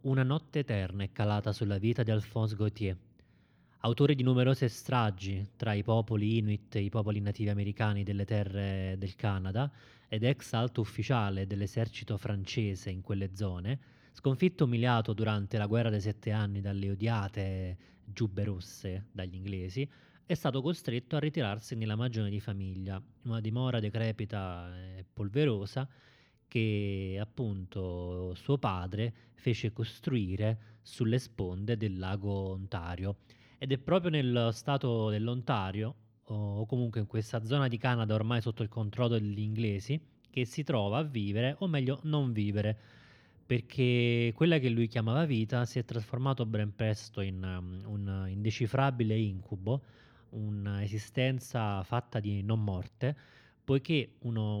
Una notte eterna è calata sulla vita di Alphonse Gautier, autore di numerose stragi tra i popoli Inuit e i popoli nativi americani delle terre del Canada ed ex alto ufficiale dell'esercito francese in quelle zone, sconfitto e umiliato durante la guerra dei 7 anni dalle odiate giubbe rosse dagli inglesi, è stato costretto a ritirarsi nella magione di famiglia, una dimora decrepita e polverosa che appunto suo padre fece costruire sulle sponde del lago Ontario. Ed è proprio nel stato dell'Ontario, o comunque in questa zona di Canada ormai sotto il controllo degli inglesi, che si trova a vivere, o meglio non vivere, perché quella che lui chiamava vita si è trasformato ben presto in un indecifrabile incubo, un'esistenza fatta di non morte, poiché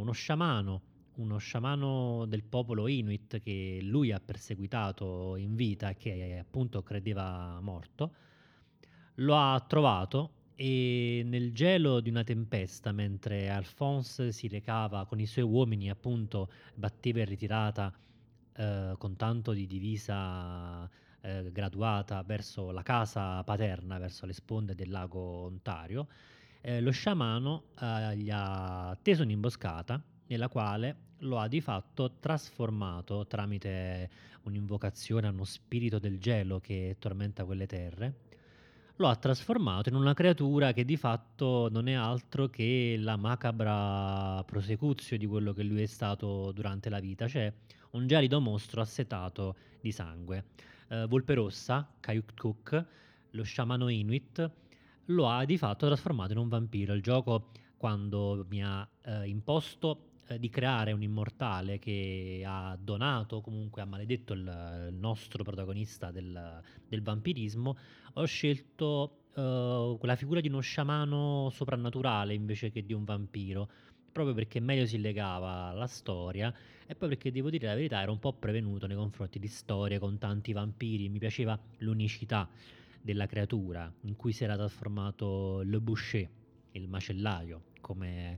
uno sciamano del popolo Inuit che lui ha perseguitato in vita e che appunto credeva morto, lo ha trovato e nel gelo di una tempesta, mentre Alphonse si recava con i suoi uomini, appunto, batteva in ritirata con tanto di divisa graduata verso la casa paterna, verso le sponde del lago Ontario, lo sciamano gli ha teso un'imboscata nella quale lo ha di fatto trasformato tramite un'invocazione a uno spirito del gelo che tormenta quelle terre. Lo ha trasformato in una creatura che di fatto non è altro che la macabra prosecutio di quello che lui è stato durante la vita, cioè un gelido mostro assetato di sangue. Volpe Rossa, Kayuk-Tuk, lo sciamano Inuit, lo ha di fatto trasformato in un vampiro. Il gioco, quando mi ha imposto di creare un immortale che ha donato, comunque ha maledetto il nostro protagonista del vampirismo, ho scelto la figura di uno sciamano soprannaturale invece che di un vampiro, proprio perché meglio si legava alla storia e poi perché devo dire la verità ero un po' prevenuto nei confronti di storie con tanti vampiri, mi piaceva l'unicità della creatura in cui si era trasformato Le Boucher, il macellaio, come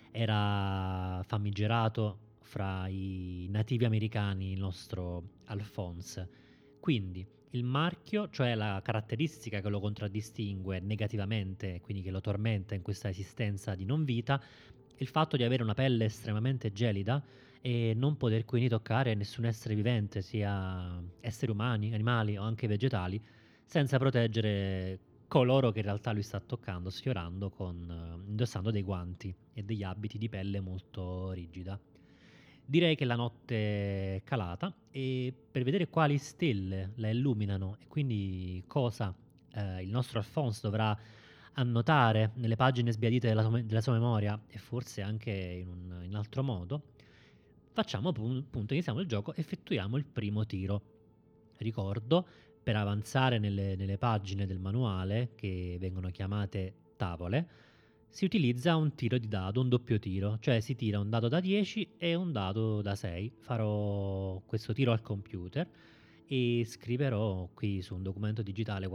era famigerato fra i nativi americani il nostro Alphonse. Quindi il marchio, cioè la caratteristica che lo contraddistingue negativamente, quindi che lo tormenta in questa esistenza di non vita, è il fatto di avere una pelle estremamente gelida e non poter quindi toccare nessun essere vivente, sia esseri umani, animali o anche vegetali, senza proteggere coloro che in realtà lui sta toccando, sfiorando, indossando dei guanti e degli abiti di pelle molto rigida. Direi che la notte è calata e per vedere quali stelle la illuminano e quindi cosa il nostro Alphonse dovrà annotare nelle pagine sbiadite della sua memoria e forse anche in altro modo, facciamo appunto, iniziamo il gioco, effettuiamo il primo tiro. Ricordo, per avanzare nelle pagine del manuale, che vengono chiamate tavole, si utilizza un tiro di dado, un doppio tiro, cioè si tira un dado da 10 e un dado da 6. Farò questo tiro al computer e scriverò qui su un documento digitale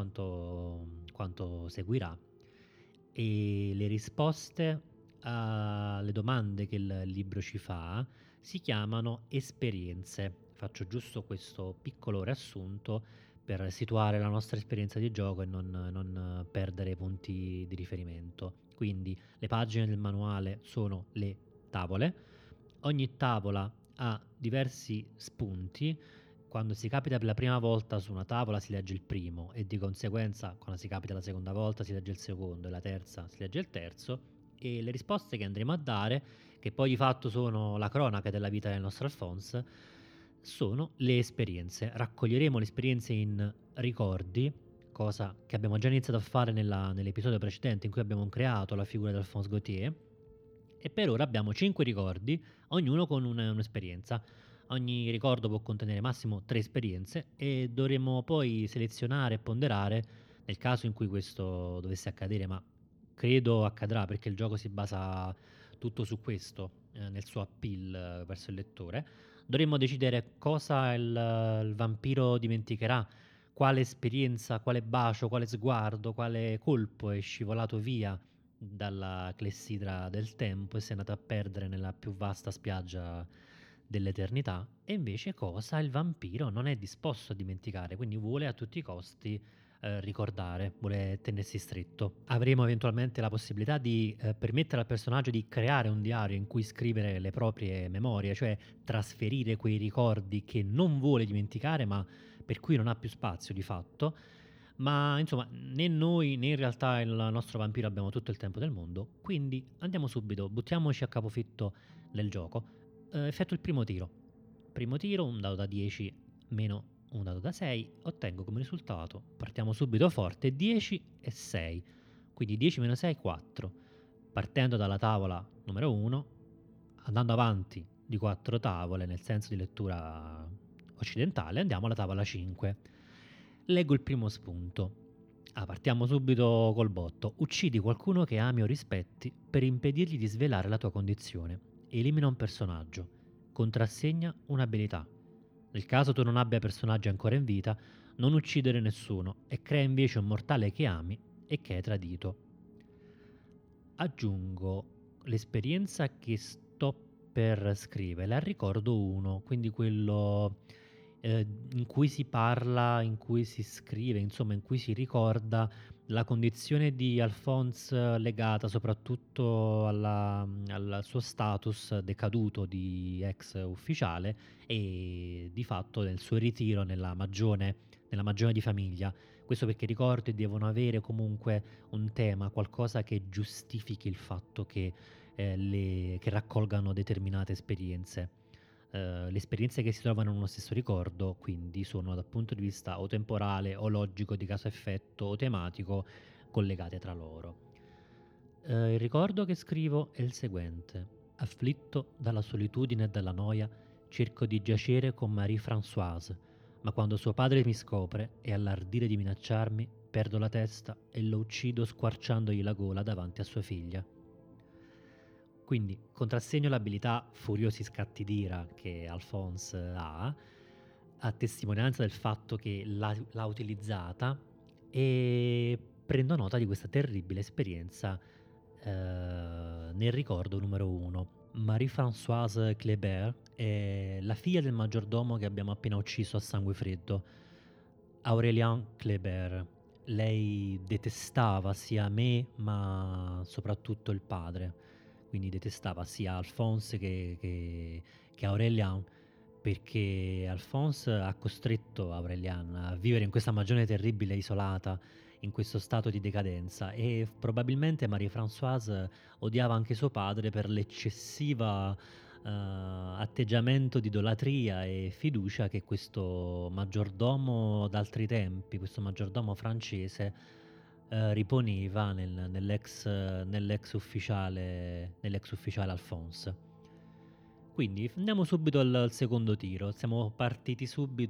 quanto seguirà e le risposte alle domande che il libro ci fa si chiamano esperienze. Faccio giusto questo piccolo riassunto per situare la nostra esperienza di gioco e non perdere punti di riferimento. Quindi le pagine del manuale sono le tavole, ogni tavola ha diversi spunti. Quando si capita per la prima volta su una tavola si legge il primo e di conseguenza quando si capita la seconda volta si legge il secondo e la terza si legge il terzo e le risposte che andremo a dare, che poi di fatto sono la cronaca della vita del nostro Alphonse, sono le esperienze. Raccoglieremo le esperienze in ricordi, cosa che abbiamo già iniziato a fare nell'episodio precedente in cui abbiamo creato la figura di Alphonse Gautier e per ora abbiamo 5 ricordi, ognuno con un'esperienza. Ogni ricordo può contenere massimo 3 esperienze e dovremo poi selezionare e ponderare nel caso in cui questo dovesse accadere, ma credo accadrà perché il gioco si basa tutto su questo nel suo appeal verso il lettore. Dovremmo decidere cosa il vampiro dimenticherà, quale esperienza, quale bacio, quale sguardo, quale colpo è scivolato via dalla clessidra del tempo e si è andato a perdere nella più vasta spiaggia dell'eternità, e invece cosa? Il vampiro non è disposto a dimenticare, quindi vuole a tutti i costi ricordare, vuole tenersi stretto. Avremo eventualmente la possibilità di permettere al personaggio di creare un diario in cui scrivere le proprie memorie, cioè trasferire quei ricordi che non vuole dimenticare, ma per cui non ha più spazio di fatto. Ma insomma, né noi né in realtà il nostro vampiro abbiamo tutto il tempo del mondo, quindi andiamo subito, buttiamoci a capofitto nel gioco. Effetto il primo tiro. Primo tiro, un dado da 10 meno un dado da 6, ottengo come risultato, partiamo subito forte, 10 e 6. Quindi 10 meno 6, 4. Partendo dalla tavola numero 1, andando avanti di 4 tavole nel senso di lettura occidentale, andiamo alla tavola 5. Leggo il primo spunto. Partiamo subito col botto. Uccidi qualcuno che ami o rispetti per impedirgli di svelare la tua condizione. Elimina un personaggio. Contrassegna un'abilità. Nel caso tu non abbia personaggi ancora in vita, non uccidere nessuno e crea invece un mortale che ami e che hai tradito. Aggiungo l'esperienza che sto per scrivere al ricordo 1, quindi quello in cui si parla, in cui si scrive, insomma in cui si ricorda la condizione di Alphonse legata soprattutto al suo status decaduto di ex ufficiale e di fatto del suo ritiro nella magione di famiglia. Questo perché i ricordi devono avere comunque un tema, qualcosa che giustifichi il fatto che raccolgano determinate esperienze. Le esperienze che si trovano in uno stesso ricordo, quindi, sono dal punto di vista o temporale o logico di causa-effetto o tematico collegate tra loro. Il ricordo che scrivo è il seguente. Afflitto dalla solitudine e dalla noia, cerco di giacere con Marie-Françoise, ma quando suo padre mi scopre e all'ardire di minacciarmi, perdo la testa e lo uccido squarciandogli la gola davanti a sua figlia. Quindi contrassegno l'abilità Furiosi scatti d'ira che Alphonse ha, a testimonianza del fatto che l'ha utilizzata, e prendo nota di questa terribile esperienza nel ricordo numero 1. Marie-Françoise Kléber è la figlia del maggiordomo che abbiamo appena ucciso a sangue freddo, Aurélien Kléber. Lei detestava sia me, ma soprattutto il padre, quindi detestava sia Alphonse che Aurélien, perché Alphonse ha costretto Aurélien a vivere in questa magione terribile, isolata, in questo stato di decadenza, e probabilmente Marie-Françoise odiava anche suo padre per l'eccessiva atteggiamento di idolatria e fiducia che questo maggiordomo d'altri tempi, questo maggiordomo francese, riponeva nell'ex ufficiale Alphonse. Quindi andiamo subito al secondo tiro, siamo partiti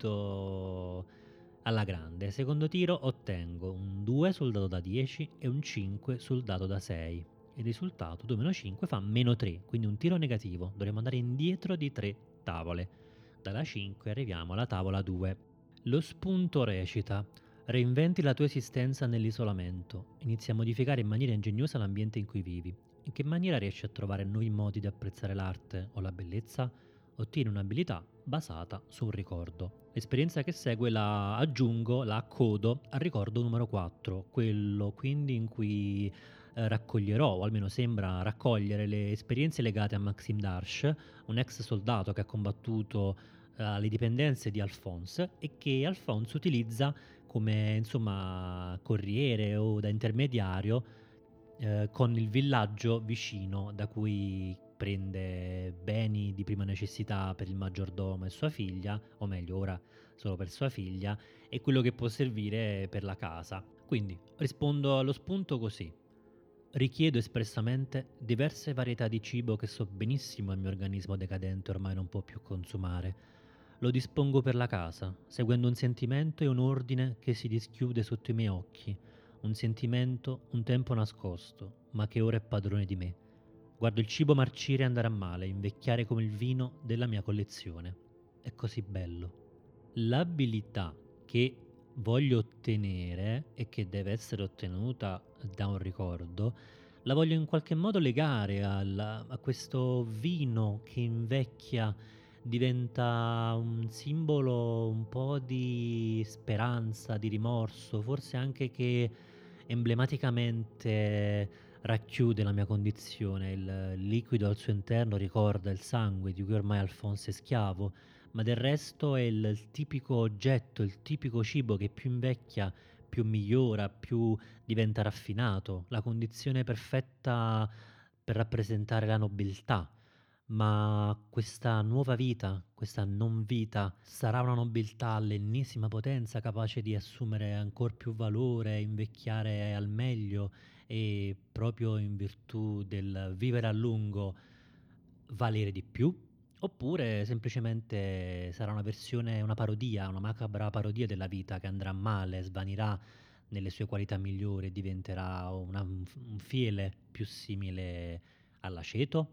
subito alla grande. Secondo tiro, ottengo un 2 sul dado da 10 e un 5 sul dado da 6. Il risultato 2 meno 5 fa meno 3, quindi un tiro negativo. Dovremo andare indietro di 3 tavole. Dalla 5 arriviamo alla tavola 2. Lo spunto recita: reinventi la tua esistenza nell'isolamento. Inizi a modificare in maniera ingegnosa l'ambiente in cui vivi. In che maniera riesci a trovare nuovi modi di apprezzare l'arte o la bellezza? Ottieni un'abilità basata su un ricordo. L'esperienza che segue la aggiungo, la accodo al ricordo numero 4, quello quindi in cui raccoglierò, o almeno sembra raccogliere, le esperienze legate a Maxime Darche, un ex soldato che ha combattuto alle dipendenze di Alphonse e che Alphonse utilizza come, insomma, corriere o da intermediario con il villaggio vicino, da cui prende beni di prima necessità per il maggiordomo e sua figlia, o meglio ora solo per sua figlia, e quello che può servire per la casa. Quindi rispondo allo spunto così: richiedo espressamente diverse varietà di cibo che so benissimo il mio organismo decadente ormai non può più consumare. Lo dispongo per la casa, seguendo un sentimento e un ordine che si dischiude sotto i miei occhi, un sentimento un tempo nascosto, ma che ora è padrone di me. Guardo il cibo marcire e andare a male, invecchiare come il vino della mia collezione. È così bello. L'abilità che voglio ottenere e che deve essere ottenuta da un ricordo, la voglio in qualche modo legare a questo vino che invecchia diventa un simbolo un po' di speranza, di rimorso, forse anche che emblematicamente racchiude la mia condizione. Il liquido al suo interno ricorda il sangue di cui ormai Alphonse è schiavo, ma del resto è il tipico oggetto, il tipico cibo che più invecchia, più migliora, più diventa raffinato, la condizione perfetta per rappresentare la nobiltà. Ma questa nuova vita, questa non vita, sarà una nobiltà all'ennesima potenza capace di assumere ancor più valore, invecchiare al meglio e proprio in virtù del vivere a lungo valere di più? Oppure semplicemente sarà una versione, una parodia, una macabra parodia della vita che andrà male, svanirà nelle sue qualità migliori e diventerà un fiele più simile all'aceto?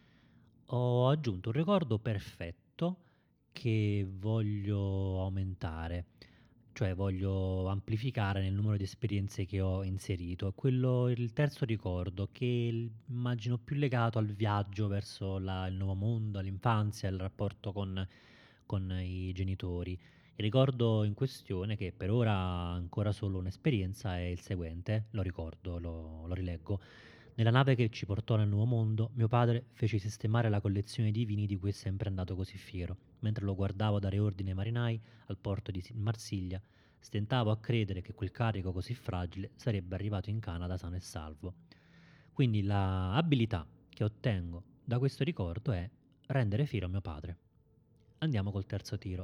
Ho aggiunto un ricordo perfetto che voglio aumentare, cioè voglio amplificare nel numero di esperienze che ho inserito. È quello, il terzo ricordo, che immagino più legato al viaggio verso il nuovo mondo, all'infanzia, al rapporto con i genitori. Il ricordo in questione, che per ora ha ancora solo un'esperienza, è il seguente, lo ricordo, lo rileggo. Nella nave che ci portò nel nuovo mondo, mio padre fece sistemare la collezione di vini di cui è sempre andato così fiero. Mentre lo guardavo dare ordine ai marinai al porto di Marsiglia, stentavo a credere che quel carico così fragile sarebbe arrivato in Canada sano e salvo. Quindi la abilità che ottengo da questo ricordo è rendere fiero mio padre. Andiamo col terzo tiro.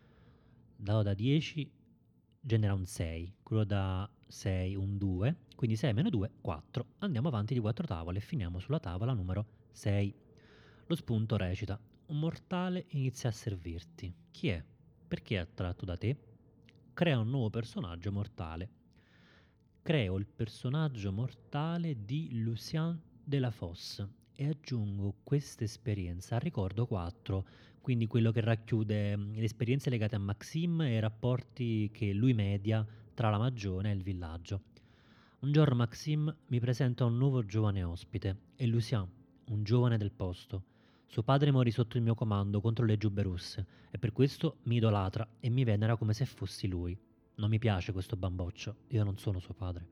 Dado da 10 genera un 6, quello da 6 un 2, quindi 6 meno 2, 4. Andiamo avanti di 4 tavole e finiamo sulla tavola numero 6. Lo spunto recita: un mortale inizia a servirti. Chi è? Perché è attratto da te? Crea un nuovo personaggio mortale. Creo il personaggio mortale di Lucien de la Fosse e aggiungo questa esperienza al ricordo 4, quindi quello che racchiude le esperienze legate a Maxime e i rapporti che lui media tra la magione e il villaggio. Un giorno Maxime mi presenta un nuovo giovane ospite, è Lucien, un giovane del posto. Suo padre morì sotto il mio comando contro le giubbe russe e per questo mi idolatra e mi venera come se fossi lui. Non mi piace questo bamboccio, io non sono suo padre.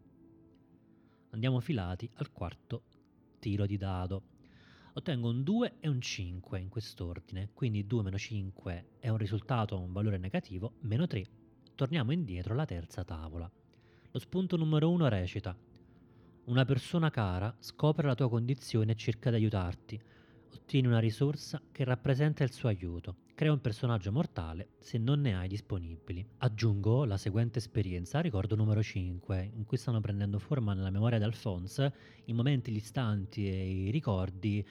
Andiamo filati al quarto tiro di dado. Ottengo un 2 e un 5 in quest'ordine, quindi 2 meno 5 è un risultato, un valore negativo, meno 3. Torniamo indietro alla terza tavola. Lo spunto numero 1 recita: una persona cara scopre la tua condizione e cerca di aiutarti. Ottieni una risorsa che rappresenta il suo aiuto. Crea un personaggio mortale se non ne hai disponibili. Aggiungo la seguente esperienza, ricordo numero 5, in cui stanno prendendo forma nella memoria di Alphonse i momenti, gli istanti e i ricordi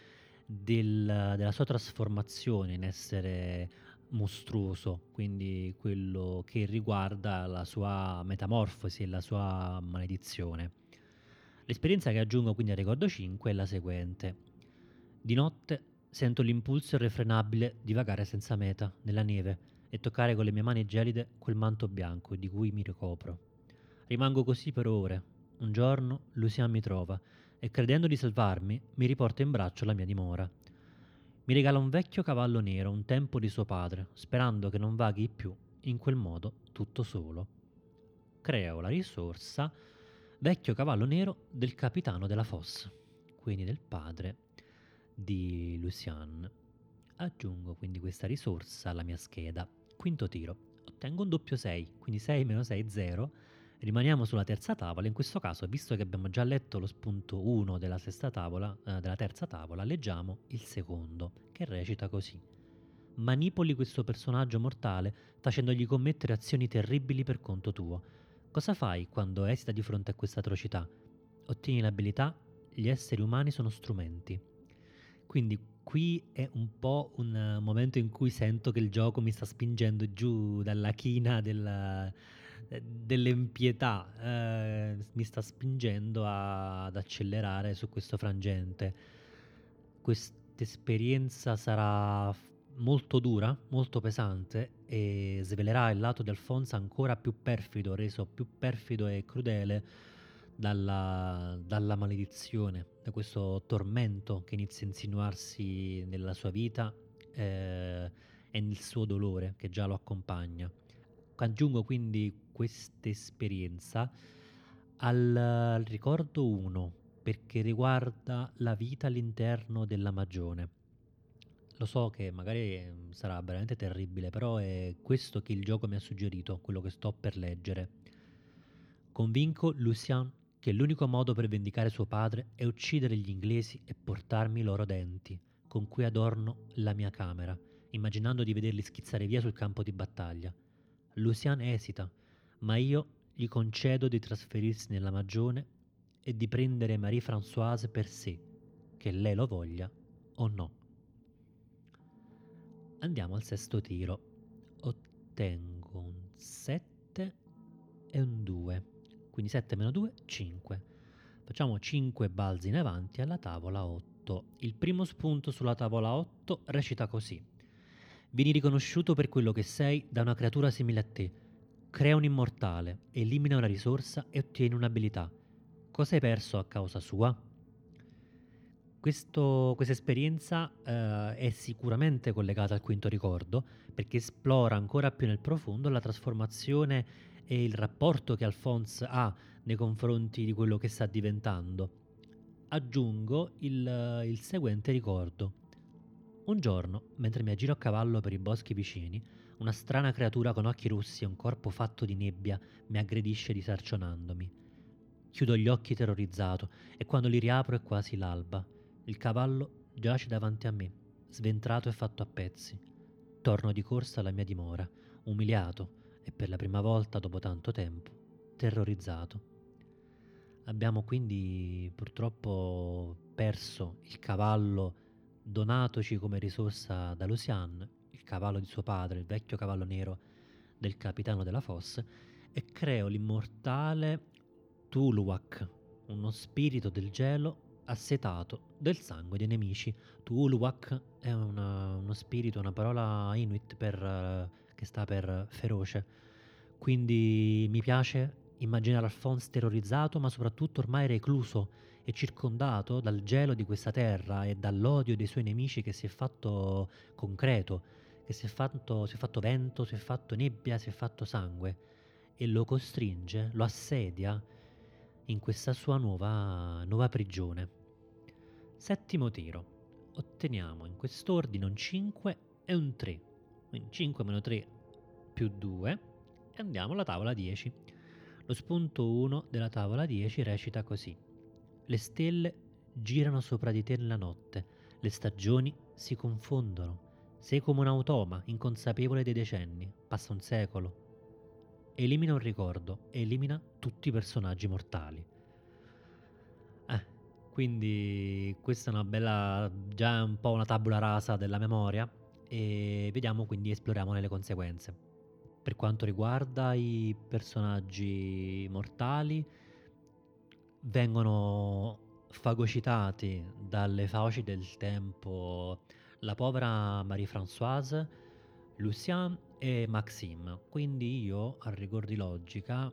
della sua trasformazione in essere mostruoso, quindi quello che riguarda la sua metamorfosi e la sua maledizione. L'esperienza che aggiungo quindi al ricordo 5 è la seguente. Di notte sento l'impulso irrefrenabile di vagare senza meta nella neve e toccare con le mie mani gelide quel manto bianco di cui mi ricopro. Rimango così per ore. Un giorno Lucien mi trova e credendo di salvarmi mi riporta in braccio alla mia dimora. Mi regala un vecchio cavallo nero, un tempo di suo padre, sperando che non vaghi più in quel modo tutto solo. Creo la risorsa vecchio cavallo nero del capitano della Fosse, quindi del padre di Lucien. Aggiungo quindi questa risorsa alla mia scheda. Quinto tiro. Ottengo un doppio 6, quindi 6 meno 6 0. Rimaniamo sulla terza tavola. In questo caso, visto che abbiamo già letto lo spunto 1 della sesta tavola, della terza tavola, leggiamo il secondo, che recita così: manipoli questo personaggio mortale facendogli commettere azioni terribili per conto tuo. Cosa fai quando esita di fronte a questa atrocità? Ottieni l'abilità gli esseri umani sono strumenti. Quindi qui è un po' un momento in cui sento che il gioco mi sta spingendo giù dalla china dell'impietà, mi sta spingendo ad accelerare su questo frangente. Questa esperienza sarà molto dura, molto pesante e svelerà il lato di Alfonso ancora più perfido, reso più perfido e crudele dalla maledizione, da questo tormento che inizia a insinuarsi nella sua vita e nel suo dolore che già lo accompagna. Aggiungo quindi questa esperienza al ricordo 1 perché riguarda la vita all'interno della Magione. Lo so che magari sarà veramente terribile, però è questo che il gioco mi ha suggerito, quello che sto per leggere. Convinco Lucien che l'unico modo per vendicare suo padre è uccidere gli inglesi e portarmi i loro denti, con cui adorno la mia camera, immaginando di vederli schizzare via sul campo di battaglia. Lucien esita, ma io gli concedo di trasferirsi nella Magione e di prendere Marie-Françoise per sé, che lei lo voglia o no. Andiamo al sesto tiro. Ottengo un 7 e un 2. Quindi 7 meno 2, 5. Facciamo 5 balzi in avanti alla tavola 8. Il primo spunto sulla tavola 8 recita così. Vieni riconosciuto per quello che sei da una creatura simile a te. Crea un immortale, elimina una risorsa e ottieni un'abilità. Cosa hai perso a causa sua? Questa esperienza è sicuramente collegata al quinto ricordo perché esplora ancora più nel profondo la trasformazione e il rapporto che Alphonse ha nei confronti di quello che sta diventando. Aggiungo il seguente ricordo. Un giorno, mentre mi aggiro a cavallo per i boschi vicini, una strana creatura con occhi rossi e un corpo fatto di nebbia mi aggredisce disarcionandomi. Chiudo gli occhi terrorizzato e quando li riapro è quasi l'alba. Il cavallo giace davanti a me, sventrato e fatto a pezzi. Torno di corsa alla mia dimora, umiliato e per la prima volta dopo tanto tempo, terrorizzato. Abbiamo quindi purtroppo perso il cavallo donatoci come risorsa da Lucien, il cavallo di suo padre, il vecchio cavallo nero del capitano della Fosse, e creo l'immortale Tuluak, uno spirito del gelo assetato del sangue dei nemici. Tuluak è uno spirito, una parola Inuit che sta per feroce. Quindi mi piace immaginare Alphonse terrorizzato, ma soprattutto ormai recluso e circondato dal gelo di questa terra e dall'odio dei suoi nemici che si è fatto concreto, che si è fatto vento, si è fatto nebbia, si è fatto sangue e lo costringe, lo assedia in questa sua nuova prigione. Settimo tiro. Otteniamo in quest'ordine un 5 e un 3. Quindi 5 meno 3 più 2 e andiamo alla tavola 10. Lo spunto 1 della tavola 10 recita così. Le stelle girano sopra di te nella notte, le stagioni si confondono. Sei come un automa, inconsapevole dei decenni. Passa un secolo. Elimina un ricordo, elimina tutti i personaggi mortali. Quindi questa è una bella, già un po' una tabula rasa della memoria e vediamo quindi, esploriamo le conseguenze. Per quanto riguarda i personaggi mortali, vengono fagocitati dalle fauci del tempo la povera Marie-Françoise, Lucien e Maxime. Quindi io, a rigor di logica,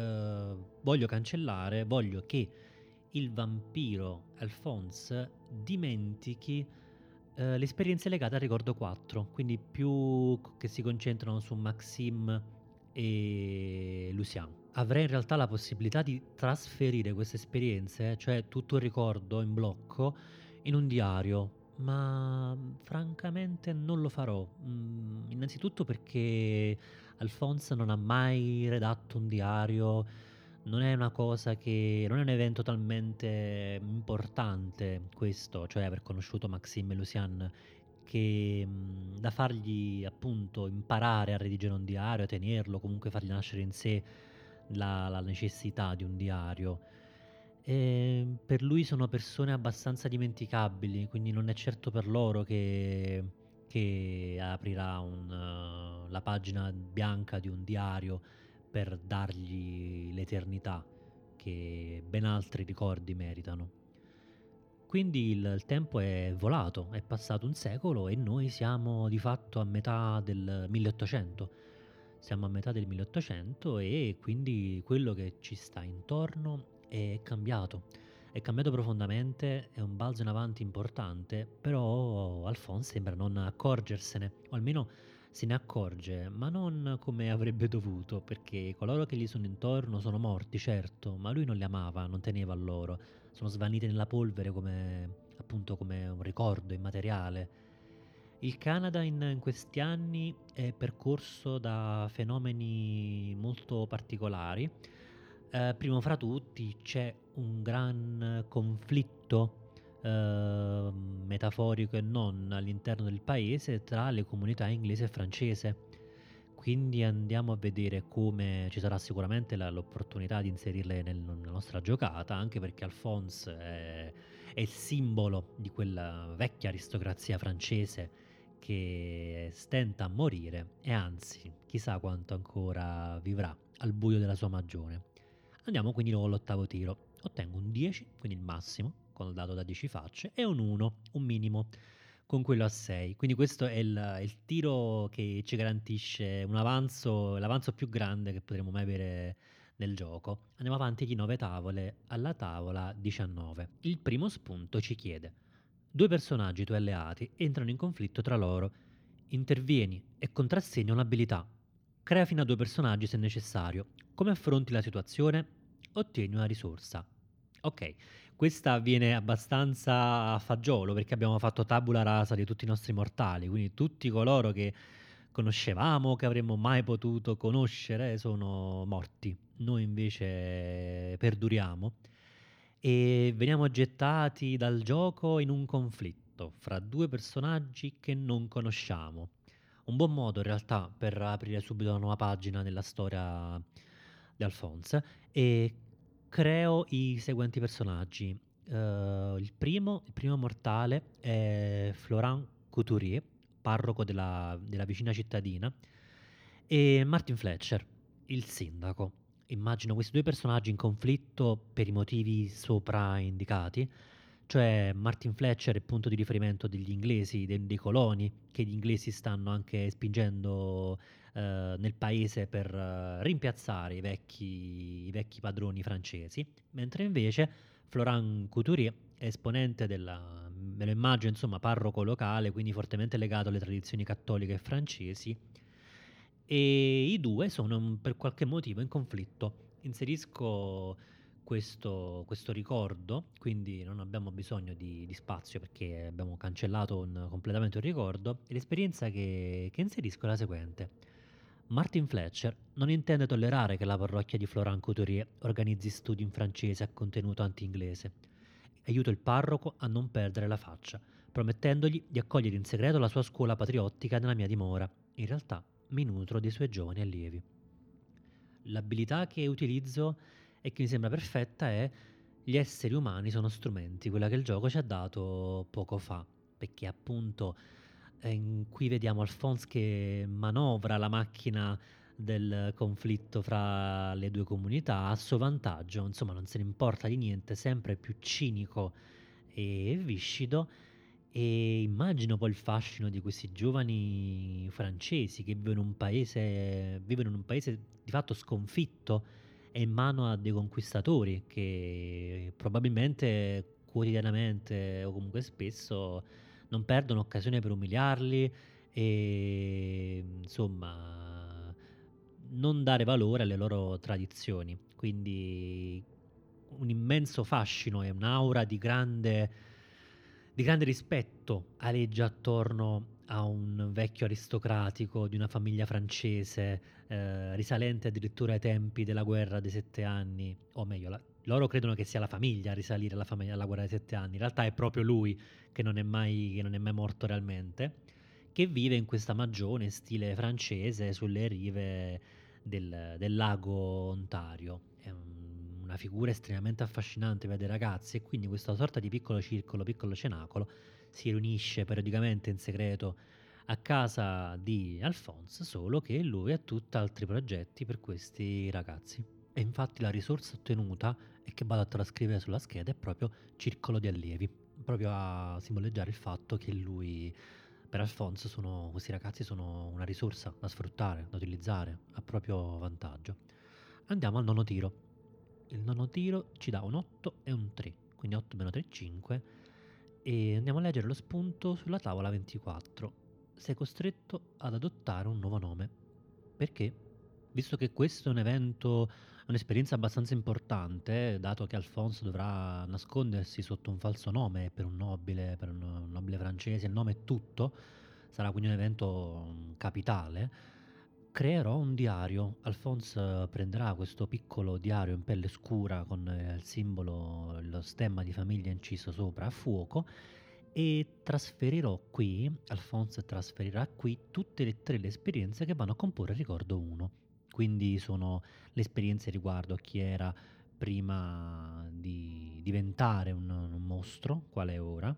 voglio che il vampiro Alphonse dimentichi le esperienze legate al ricordo 4, quindi più che si concentrano su Maxime e Lucien. Avrei in realtà la possibilità di trasferire queste esperienze, cioè tutto il ricordo in blocco, in un diario, ma francamente non lo farò. Innanzitutto perché Alphonse non ha mai redatto un diario, non è una cosa che, non è un evento talmente importante questo, cioè aver conosciuto Maxime e Lucien, che da fargli appunto imparare a redigere un diario, a tenerlo, comunque fargli nascere in sé la necessità di un diario. E per lui sono persone abbastanza dimenticabili, quindi non è certo per loro che aprirà la pagina bianca di un diario per dargli l'eternità che ben altri ricordi meritano. Quindi il tempo è volato, è passato un secolo e noi siamo di fatto a metà del 1800. Siamo a metà del 1800 e quindi quello che ci sta intorno è cambiato. è cambiato profondamente, è un balzo in avanti importante, però Alphonse sembra non accorgersene, o almeno se ne accorge, ma non come avrebbe dovuto, perché coloro che gli sono intorno sono morti, certo, ma lui non li amava, non teneva a loro, sono svaniti nella polvere come appunto come un ricordo immateriale. Il Canada in questi anni è percorso da fenomeni molto particolari. Primo fra tutti c'è un gran conflitto metaforico e non all'interno del paese tra le comunità inglese e francese. Quindi andiamo a vedere come ci sarà sicuramente l'opportunità di inserirle nella nostra giocata, anche perché Alphonse è il simbolo di quella vecchia aristocrazia francese che stenta a morire e anzi, chissà quanto ancora vivrà al buio della sua magione. Andiamo quindi con l'ottavo tiro. Ottengo un 10, quindi il massimo, con il dato da 10 facce, e un 1, un minimo, con quello a 6. Quindi questo è il tiro che ci garantisce un avanzo, l'avanzo più grande che potremo mai avere nel gioco. Andiamo avanti di 9 tavole alla tavola 19. Il primo spunto ci chiede: due personaggi tuoi alleati entrano in conflitto tra loro. Intervieni e contrassegna un'abilità. Crea fino a due personaggi se necessario. Come affronti la situazione? Ottieni una risorsa. Ok, questa avviene abbastanza a fagiolo perché abbiamo fatto tabula rasa di tutti i nostri mortali, quindi tutti coloro che conoscevamo, che avremmo mai potuto conoscere, sono morti. Noi invece perduriamo e veniamo gettati dal gioco in un conflitto fra due personaggi che non conosciamo. Un buon modo in realtà per aprire subito una nuova pagina nella storia di Alphonse e creo i seguenti personaggi. Il primo mortale è Florent Couturier, parroco della vicina cittadina, e Martin Fletcher, il sindaco. Immagino questi due personaggi in conflitto per i motivi sopra indicati, cioè Martin Fletcher è il punto di riferimento degli inglesi, dei coloni, che gli inglesi stanno anche spingendo nel paese per rimpiazzare i vecchi padroni francesi, mentre invece Florent Couturier è esponente me lo immagino insomma parroco locale, quindi fortemente legato alle tradizioni cattoliche e francesi, e i due sono per qualche motivo in conflitto. Inserisco questo ricordo, quindi non abbiamo bisogno di spazio perché abbiamo cancellato completamente un ricordo, e l'esperienza che inserisco è la seguente. Martin Fletcher non intende tollerare che la parrocchia di Florent Couturier organizzi studi in francese a contenuto anti-inglese. Aiuto il parroco a non perdere la faccia, promettendogli di accogliere in segreto la sua scuola patriottica nella mia dimora. In realtà mi nutro dei suoi giovani allievi. L'abilità che utilizzo e che mi sembra perfetta è: gli esseri umani sono strumenti, quella che il gioco ci ha dato poco fa, perché appunto in cui vediamo Alphonse che manovra la macchina del conflitto fra le due comunità a suo vantaggio, insomma non se ne importa di niente, sempre più cinico e viscido, e immagino poi il fascino di questi giovani francesi che vivono in un paese di fatto sconfitto e in mano a dei conquistatori che probabilmente quotidianamente o comunque spesso non perdono occasione per umiliarli e insomma non dare valore alle loro tradizioni. Quindi un immenso fascino e un'aura di grande rispetto aleggia attorno a un vecchio aristocratico di una famiglia francese, risalente addirittura ai tempi della guerra dei 7 anni, o meglio, loro credono che sia la famiglia a risalire alla guerra dei 7 anni, in realtà è proprio lui che non è mai morto realmente, che vive in questa magione stile francese sulle rive del lago Ontario. È una figura estremamente affascinante per dei ragazzi, e quindi questa sorta di piccolo circolo, piccolo cenacolo si riunisce periodicamente in segreto a casa di Alphonse, solo che lui ha tutt'altri progetti per questi ragazzi. E infatti la risorsa ottenuta, e che vado a trascrivere sulla scheda, è proprio circolo di allievi, proprio a simboleggiare il fatto che per Alphonse questi ragazzi sono una risorsa da sfruttare, da utilizzare a proprio vantaggio. Andiamo al nono tiro. Il nono tiro ci dà un 8 e un 3, quindi 8 meno 3 5, e andiamo a leggere lo spunto sulla tavola 24. Sei costretto ad adottare un nuovo nome. Perché? Visto che questo è un evento, un'esperienza abbastanza importante, dato che Alfonso dovrà nascondersi sotto un falso nome per un nobile francese, il nome è tutto, sarà quindi un evento capitale, creerò un diario. Alphonse prenderà questo piccolo diario in pelle scura con il simbolo, lo stemma di famiglia inciso sopra a fuoco, e Alphonse trasferirà qui tutte e tre le esperienze che vanno a comporre il ricordo 1. Quindi sono le esperienze riguardo a chi era prima di diventare un mostro, quale è ora,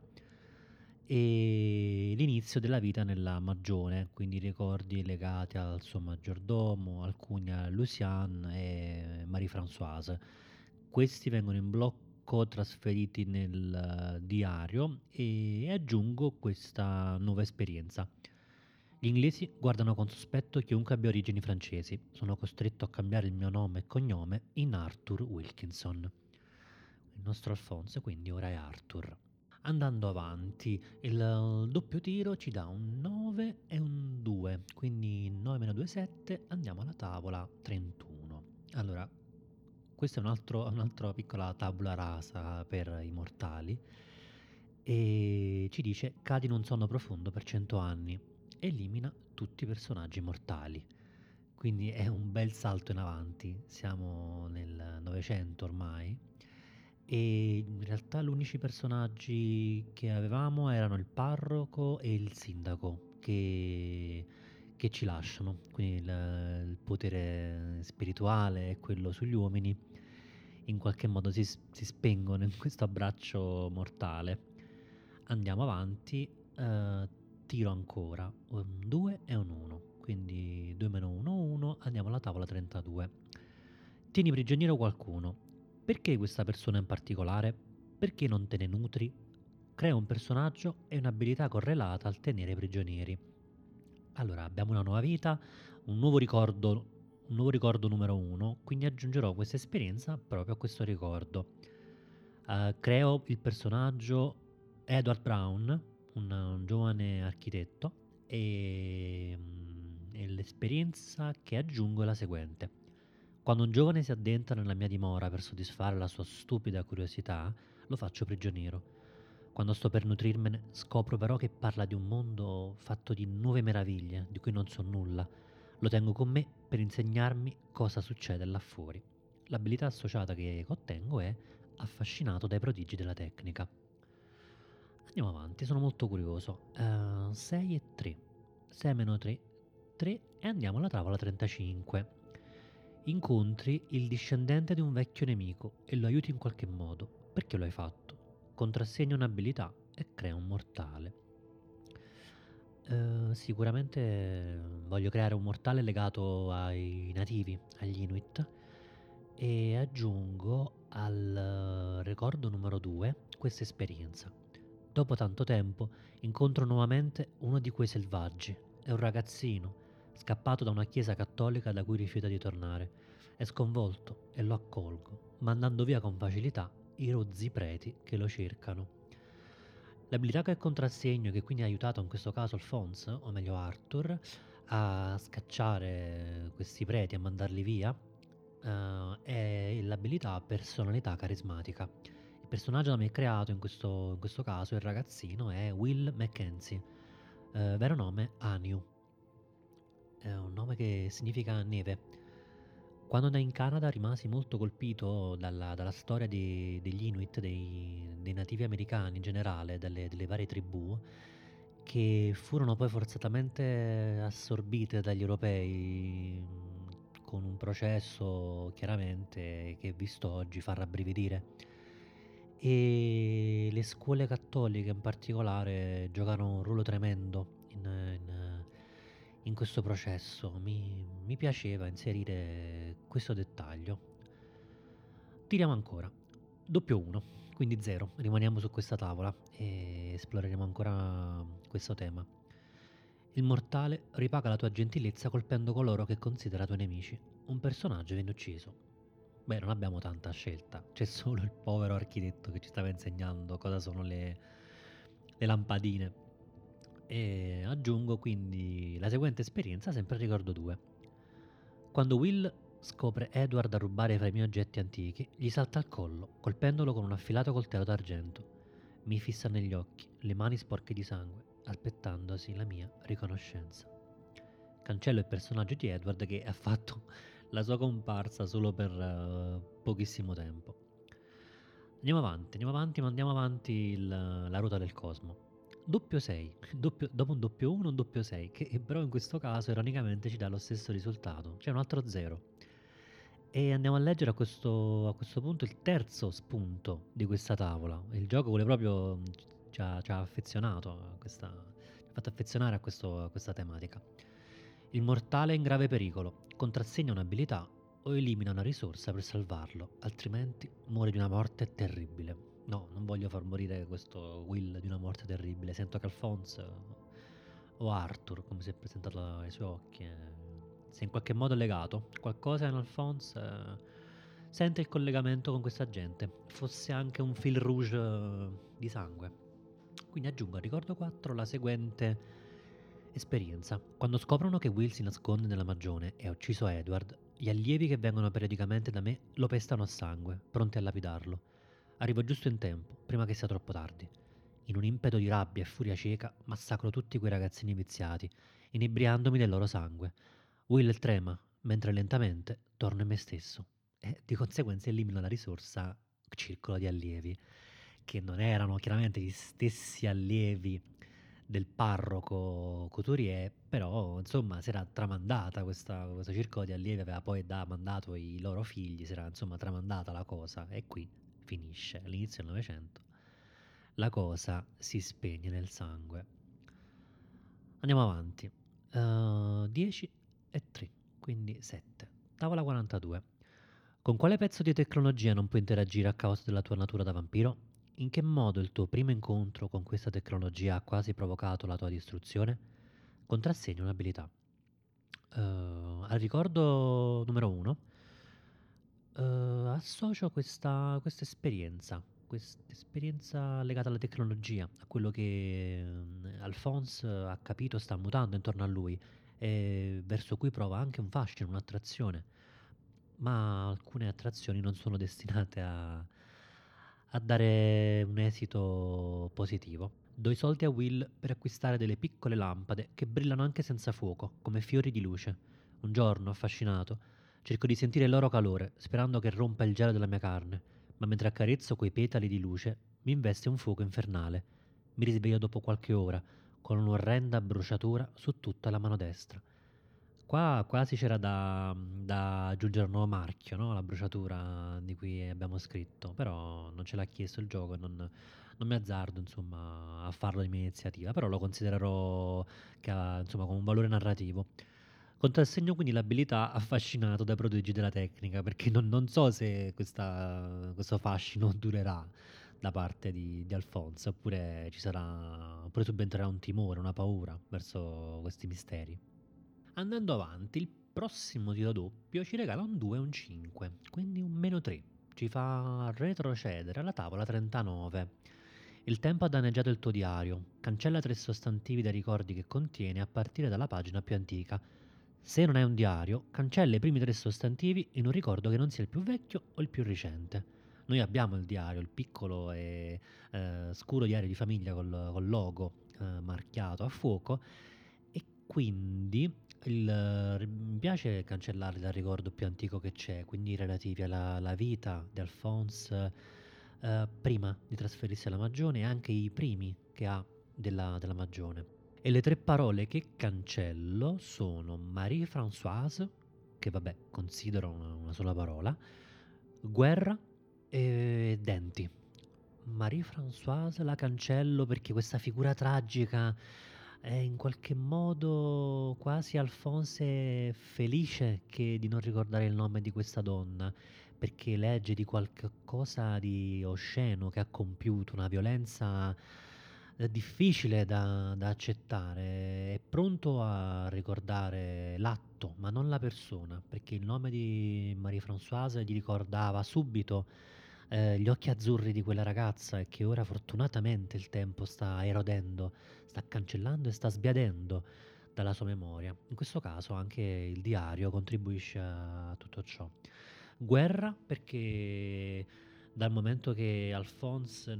e l'inizio della vita nella Magione, quindi ricordi legati al suo maggiordomo, alcuni a Luciane e Marie-Françoise. Questi vengono in blocco trasferiti nel diario e aggiungo questa nuova esperienza. Gli inglesi guardano con sospetto chiunque abbia origini francesi. Sono costretto a cambiare il mio nome e cognome in Arthur Wilkinson. Il nostro Alfonso quindi ora è Arthur. Andando avanti, il doppio tiro ci dà un 9 e un 2, quindi 9 meno 2 7, andiamo alla tavola 31. Allora, questa è un'altra piccola tabula rasa per i mortali e ci dice cadi in un sonno profondo per 100 anni, elimina tutti i personaggi mortali. Quindi è un bel salto in avanti, siamo nel Novecento ormai e in realtà gli unici personaggi che avevamo erano il parroco e il sindaco che ci lasciano, quindi il potere spirituale e quello sugli uomini in qualche modo si spengono in questo abbraccio mortale. Andiamo avanti, tiro ancora, un 2 e un 1, quindi 2 meno 1 1, andiamo alla tavola 32. Tieni prigioniero qualcuno. Perché questa persona in particolare? Perché non te ne nutri? Crea un personaggio e un'abilità correlata al tenere prigionieri. Allora, abbiamo una nuova vita, un nuovo ricordo numero 1, quindi aggiungerò questa esperienza proprio a questo ricordo. Creo il personaggio Edward Brown, un giovane architetto, e l'esperienza che aggiungo è la seguente. Quando un giovane si addentra nella mia dimora per soddisfare la sua stupida curiosità, lo faccio prigioniero. Quando sto per nutrirmene, scopro però che parla di un mondo fatto di nuove meraviglie, di cui non so nulla. Lo tengo con me per insegnarmi cosa succede là fuori. L'abilità associata che ottengo è affascinato dai prodigi della tecnica. Andiamo avanti, sono molto curioso. 6 e 3. 6 meno 3, 3 e andiamo alla tavola 35. Incontri il discendente di un vecchio nemico e lo aiuti in qualche modo. Perché lo hai fatto? Contrassegna un'abilità e crea un mortale. Sicuramente voglio creare un mortale legato ai nativi, agli Inuit, e aggiungo al ricordo numero 2 questa esperienza. Dopo tanto tempo incontro nuovamente uno di quei selvaggi. È un ragazzino, scappato da una chiesa cattolica da cui rifiuta di tornare. È sconvolto e lo accolgo, mandando via con facilità i rozzi preti che lo cercano. L'abilità che contrassegno, che quindi ha aiutato in questo caso Alphonse, o meglio Arthur, a scacciare questi preti e mandarli via, è l'abilità personalità carismatica. Il personaggio da me creato in questo caso, il ragazzino, è Will Mackenzie, vero nome Anu, è un nome che significa neve. Quando andai in Canada rimasi molto colpito dalla storia degli Inuit, dei nativi americani in generale, delle varie tribù, che furono poi forzatamente assorbite dagli europei, con un processo chiaramente che visto oggi fa rabbrividire. E le scuole cattoliche in particolare giocarono un ruolo tremendo in questo processo. Mi piaceva inserire questo dettaglio. Tiriamo ancora. Doppio 1, quindi 0. Rimaniamo su questa tavola e esploreremo ancora questo tema. Il mortale ripaga la tua gentilezza colpendo coloro che considera tuoi nemici. Un personaggio viene ucciso. Beh, non abbiamo tanta scelta, c'è solo il povero architetto che ci stava insegnando cosa sono le lampadine. E aggiungo quindi la seguente esperienza, sempre al ricordo 2. Quando Will scopre Edward a rubare fra i miei oggetti antichi, gli salta al collo, colpendolo con un affilato coltello d'argento. Mi fissa negli occhi, le mani sporche di sangue, aspettandosi la mia riconoscenza. Cancello il personaggio di Edward che ha fatto la sua comparsa solo per pochissimo tempo. Andiamo avanti, mandiamo avanti la ruota del cosmo. Doppio 6, dopo un doppio 1, un doppio 6, che però in questo caso ironicamente ci dà lo stesso risultato, cioè un altro 0. E andiamo a leggere a questo punto il terzo spunto di questa tavola. Il gioco vuole proprio, ci ha affezionato ci ha fatto affezionare a questa tematica. Il mortale è in grave pericolo, contrassegna un'abilità o elimina una risorsa per salvarlo, altrimenti muore di una morte terribile. No, non voglio far morire questo Will di una morte terribile. Sento che Alphonse o Arthur, come si è presentato ai suoi occhi, si è in qualche modo legato. Qualcosa in Alphonse sente il collegamento con questa gente. Fosse anche un fil rouge di sangue. Quindi aggiungo al ricordo 4 la seguente esperienza. Quando scoprono che Will si nasconde nella magione e ha ucciso Edward, gli allievi che vengono periodicamente da me lo pestano a sangue, pronti a lapidarlo. Arrivo giusto in tempo, prima che sia troppo tardi. In un impeto di rabbia e furia cieca, massacro tutti quei ragazzini viziati, inebriandomi del loro sangue. Will trema, mentre lentamente torno in me stesso. E di conseguenza elimino la risorsa circolo di allievi, che non erano chiaramente gli stessi allievi del parroco Couturier, però insomma si era tramandata questo circolo di allievi, aveva poi mandato i loro figli, si era insomma tramandata la cosa e qui finisce. All'inizio del Novecento la cosa si spegne nel sangue. Andiamo avanti. 10 e 3, quindi 7. Tavola 42. Con quale pezzo di tecnologia non puoi interagire a causa della tua natura da vampiro? In che modo il tuo primo incontro con questa tecnologia ha quasi provocato la tua distruzione? Contrassegni un'abilità. Al ricordo numero 1 associo questa esperienza legata alla tecnologia, a quello che Alphonse ha capito sta mutando intorno a lui e verso cui prova anche un fascino, un'attrazione, ma alcune attrazioni non sono destinate a dare un esito positivo. Do i soldi a Will per acquistare delle piccole lampade che brillano anche senza fuoco, come fiori di luce. Un giorno, affascinato, cerco di sentire il loro calore, sperando che rompa il gelo della mia carne, ma mentre accarezzo quei petali di luce, mi investe un fuoco infernale. Mi risveglio dopo qualche ora, con un'orrenda bruciatura su tutta la mano destra. Qua quasi c'era da aggiungere un nuovo marchio, no? La bruciatura di cui abbiamo scritto, però non ce l'ha chiesto il gioco e non mi azzardo insomma a farlo di mia iniziativa, però lo considererò che ha, insomma, con un valore narrativo. Contrassegno quindi l'abilità affascinato dai prodigi della tecnica, perché non so se questo fascino durerà da parte di Alfonso, oppure subentrerà un timore, una paura verso questi misteri. Andando avanti, il prossimo tiro doppio ci regala un 2 e un 5, quindi un meno 3. Ci fa retrocedere alla tavola 39. Il tempo ha danneggiato il tuo diario. Cancella 3 sostantivi dai ricordi che contiene a partire dalla pagina più antica. Se non hai un diario, cancella i primi 3 sostantivi in un ricordo che non sia il più vecchio o il più recente. Noi abbiamo il diario, il piccolo e scuro diario di famiglia col logo marchiato a fuoco e quindi mi piace cancellarli dal ricordo più antico che c'è, quindi relativi alla vita di Alphonse prima di trasferirsi alla Magione e anche i primi che ha della Magione. E le 3 parole che cancello sono Marie-Françoise, che vabbè considero una sola parola, guerra e denti. Marie-Françoise la cancello perché questa figura tragica è in qualche modo quasi Alphonse felice di non ricordare il nome di questa donna, perché legge di qualche cosa di osceno che ha compiuto, una violenza difficile da accettare, è pronto a ricordare l'atto, ma non la persona, perché il nome di Marie-Françoise gli ricordava subito gli occhi azzurri di quella ragazza e che ora fortunatamente il tempo sta erodendo, sta cancellando e sta sbiadendo dalla sua memoria. In questo caso anche il diario contribuisce a tutto ciò. Guerra perché dal momento che Alphonse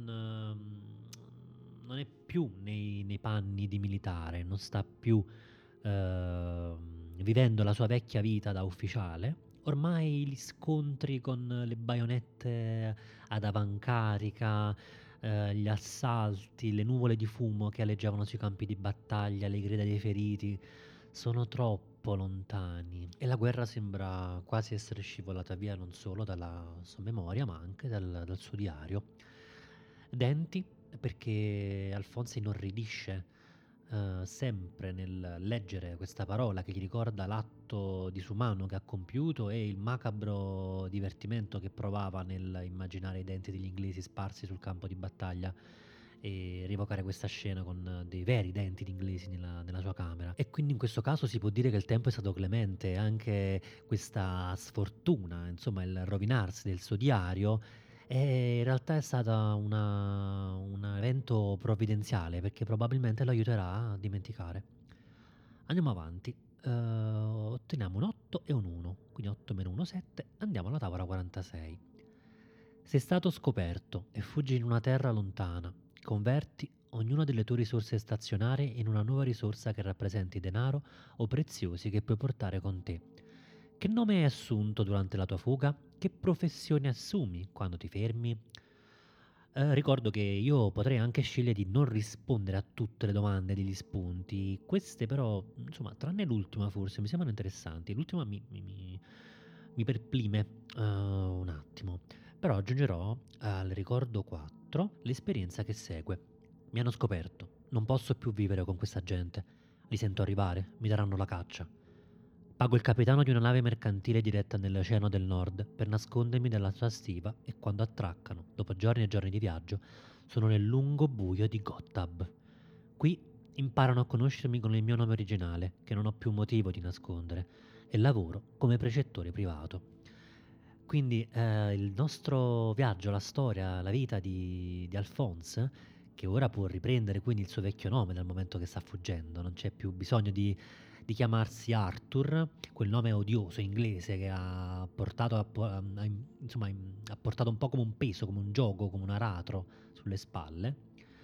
non è più nei panni di militare, non sta più vivendo la sua vecchia vita da ufficiale, ormai gli scontri con le baionette ad avancarica, gli assalti, le nuvole di fumo che aleggiavano sui campi di battaglia, le grida dei feriti, sono troppo lontani e la guerra sembra quasi essere scivolata via non solo dalla sua memoria, ma anche dal suo diario. Denti, perché Alfonso inorridisce sempre nel leggere questa parola che gli ricorda l'atto disumano che ha compiuto e il macabro divertimento che provava nel immaginare i denti degli inglesi sparsi sul campo di battaglia e rievocare questa scena con dei veri denti di inglesi nella sua camera. E quindi in questo caso si può dire che il tempo è stato clemente, anche questa sfortuna, insomma il rovinarsi del suo diario in realtà è stata un evento provvidenziale perché probabilmente lo aiuterà a dimenticare. Andiamo avanti. Otteniamo un 8 e un 1, quindi 8 meno 1 7, andiamo alla tavola 46. Sei stato scoperto e fuggi in una terra lontana. Converti ognuna delle tue risorse stazionarie in una nuova risorsa che rappresenti denaro o preziosi che puoi portare con te. Che nome hai assunto durante la tua fuga? Che professione assumi quando ti fermi? Ricordo che io potrei anche scegliere di non rispondere a tutte le domande degli spunti. Queste però, insomma, tranne l'ultima forse, mi sembrano interessanti. L'ultima mi perplime un attimo. Però aggiungerò al ricordo 4 l'esperienza che segue. Mi hanno scoperto. Non posso più vivere con questa gente. Li sento arrivare, mi daranno la caccia. Pago il capitano di una nave mercantile diretta nell'Oceano del Nord per nascondermi dalla sua stiva e quando attraccano, dopo giorni e giorni di viaggio, sono nel lungo buio di Gottab. Qui imparano a conoscermi con il mio nome originale, che non ho più motivo di nascondere, e lavoro come precettore privato. Quindi il nostro viaggio, la storia, la vita di Alphonse, che ora può riprendere quindi il suo vecchio nome dal momento che sta fuggendo, non c'è più bisogno di chiamarsi Arthur, quel nome odioso inglese che ha portato, insomma, ha portato un po' come un peso, come un gioco, come un aratro sulle spalle.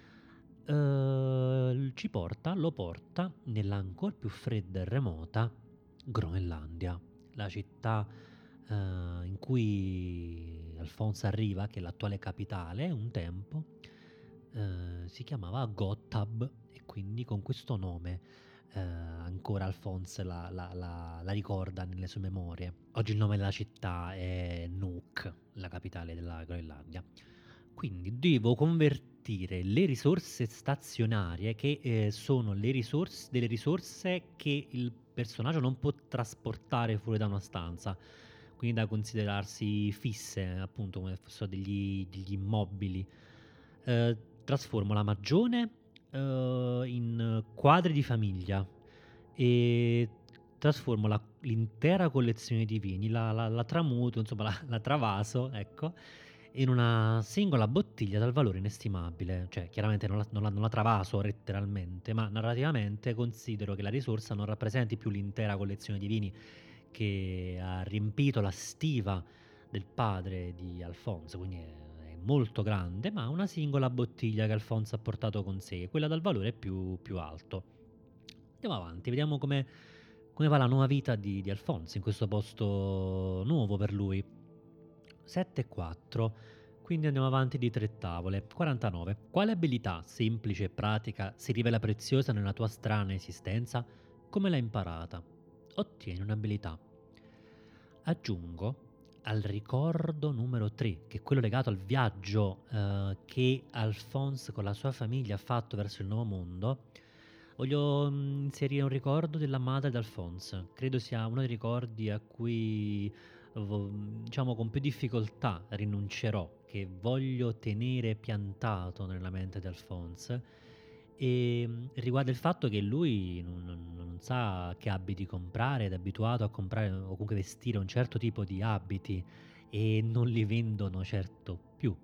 Lo porta nella ancora più fredda e remota Groenlandia, la città in cui Alfonso arriva, che è l'attuale capitale, un tempo si chiamava Gottab e quindi con questo nome ancora Alphonse la ricorda nelle sue memorie. Oggi il nome della città è Nuuk, la capitale della Groenlandia. Quindi devo convertire le risorse stazionarie, che sono delle risorse che il personaggio non può trasportare fuori da una stanza, quindi da considerarsi fisse, appunto come fossero degli immobili. Trasformo la magione in quadri di famiglia e trasformo l'intera collezione di vini, la tramuto, insomma la travaso, ecco, in una singola bottiglia dal valore inestimabile. Cioè, chiaramente non la travaso letteralmente, ma narrativamente considero che la risorsa non rappresenti più l'intera collezione di vini che ha riempito la stiva del padre di Alfonso, quindi è molto grande, ma una singola bottiglia che Alfonso ha portato con sé, quella dal valore più alto. Andiamo avanti, vediamo come va la nuova vita di Alfonso in questo posto nuovo per lui. 7 e 4, quindi andiamo avanti di 3 tavole. 49. Quale abilità semplice e pratica si rivela preziosa nella tua strana esistenza? Come l'hai imparata? Ottieni un'abilità. Aggiungo al ricordo numero 3, che è quello legato al viaggio che Alphonse con la sua famiglia ha fatto verso il nuovo mondo. Voglio inserire un ricordo della madre d'Alphonse. Credo sia uno dei ricordi a cui diciamo con più difficoltà rinuncerò, che voglio tenere piantato nella mente di Alphonse, riguarda il fatto che lui non sa che abiti comprare, ed è abituato a comprare o comunque vestire un certo tipo di abiti e non li vendono certo più.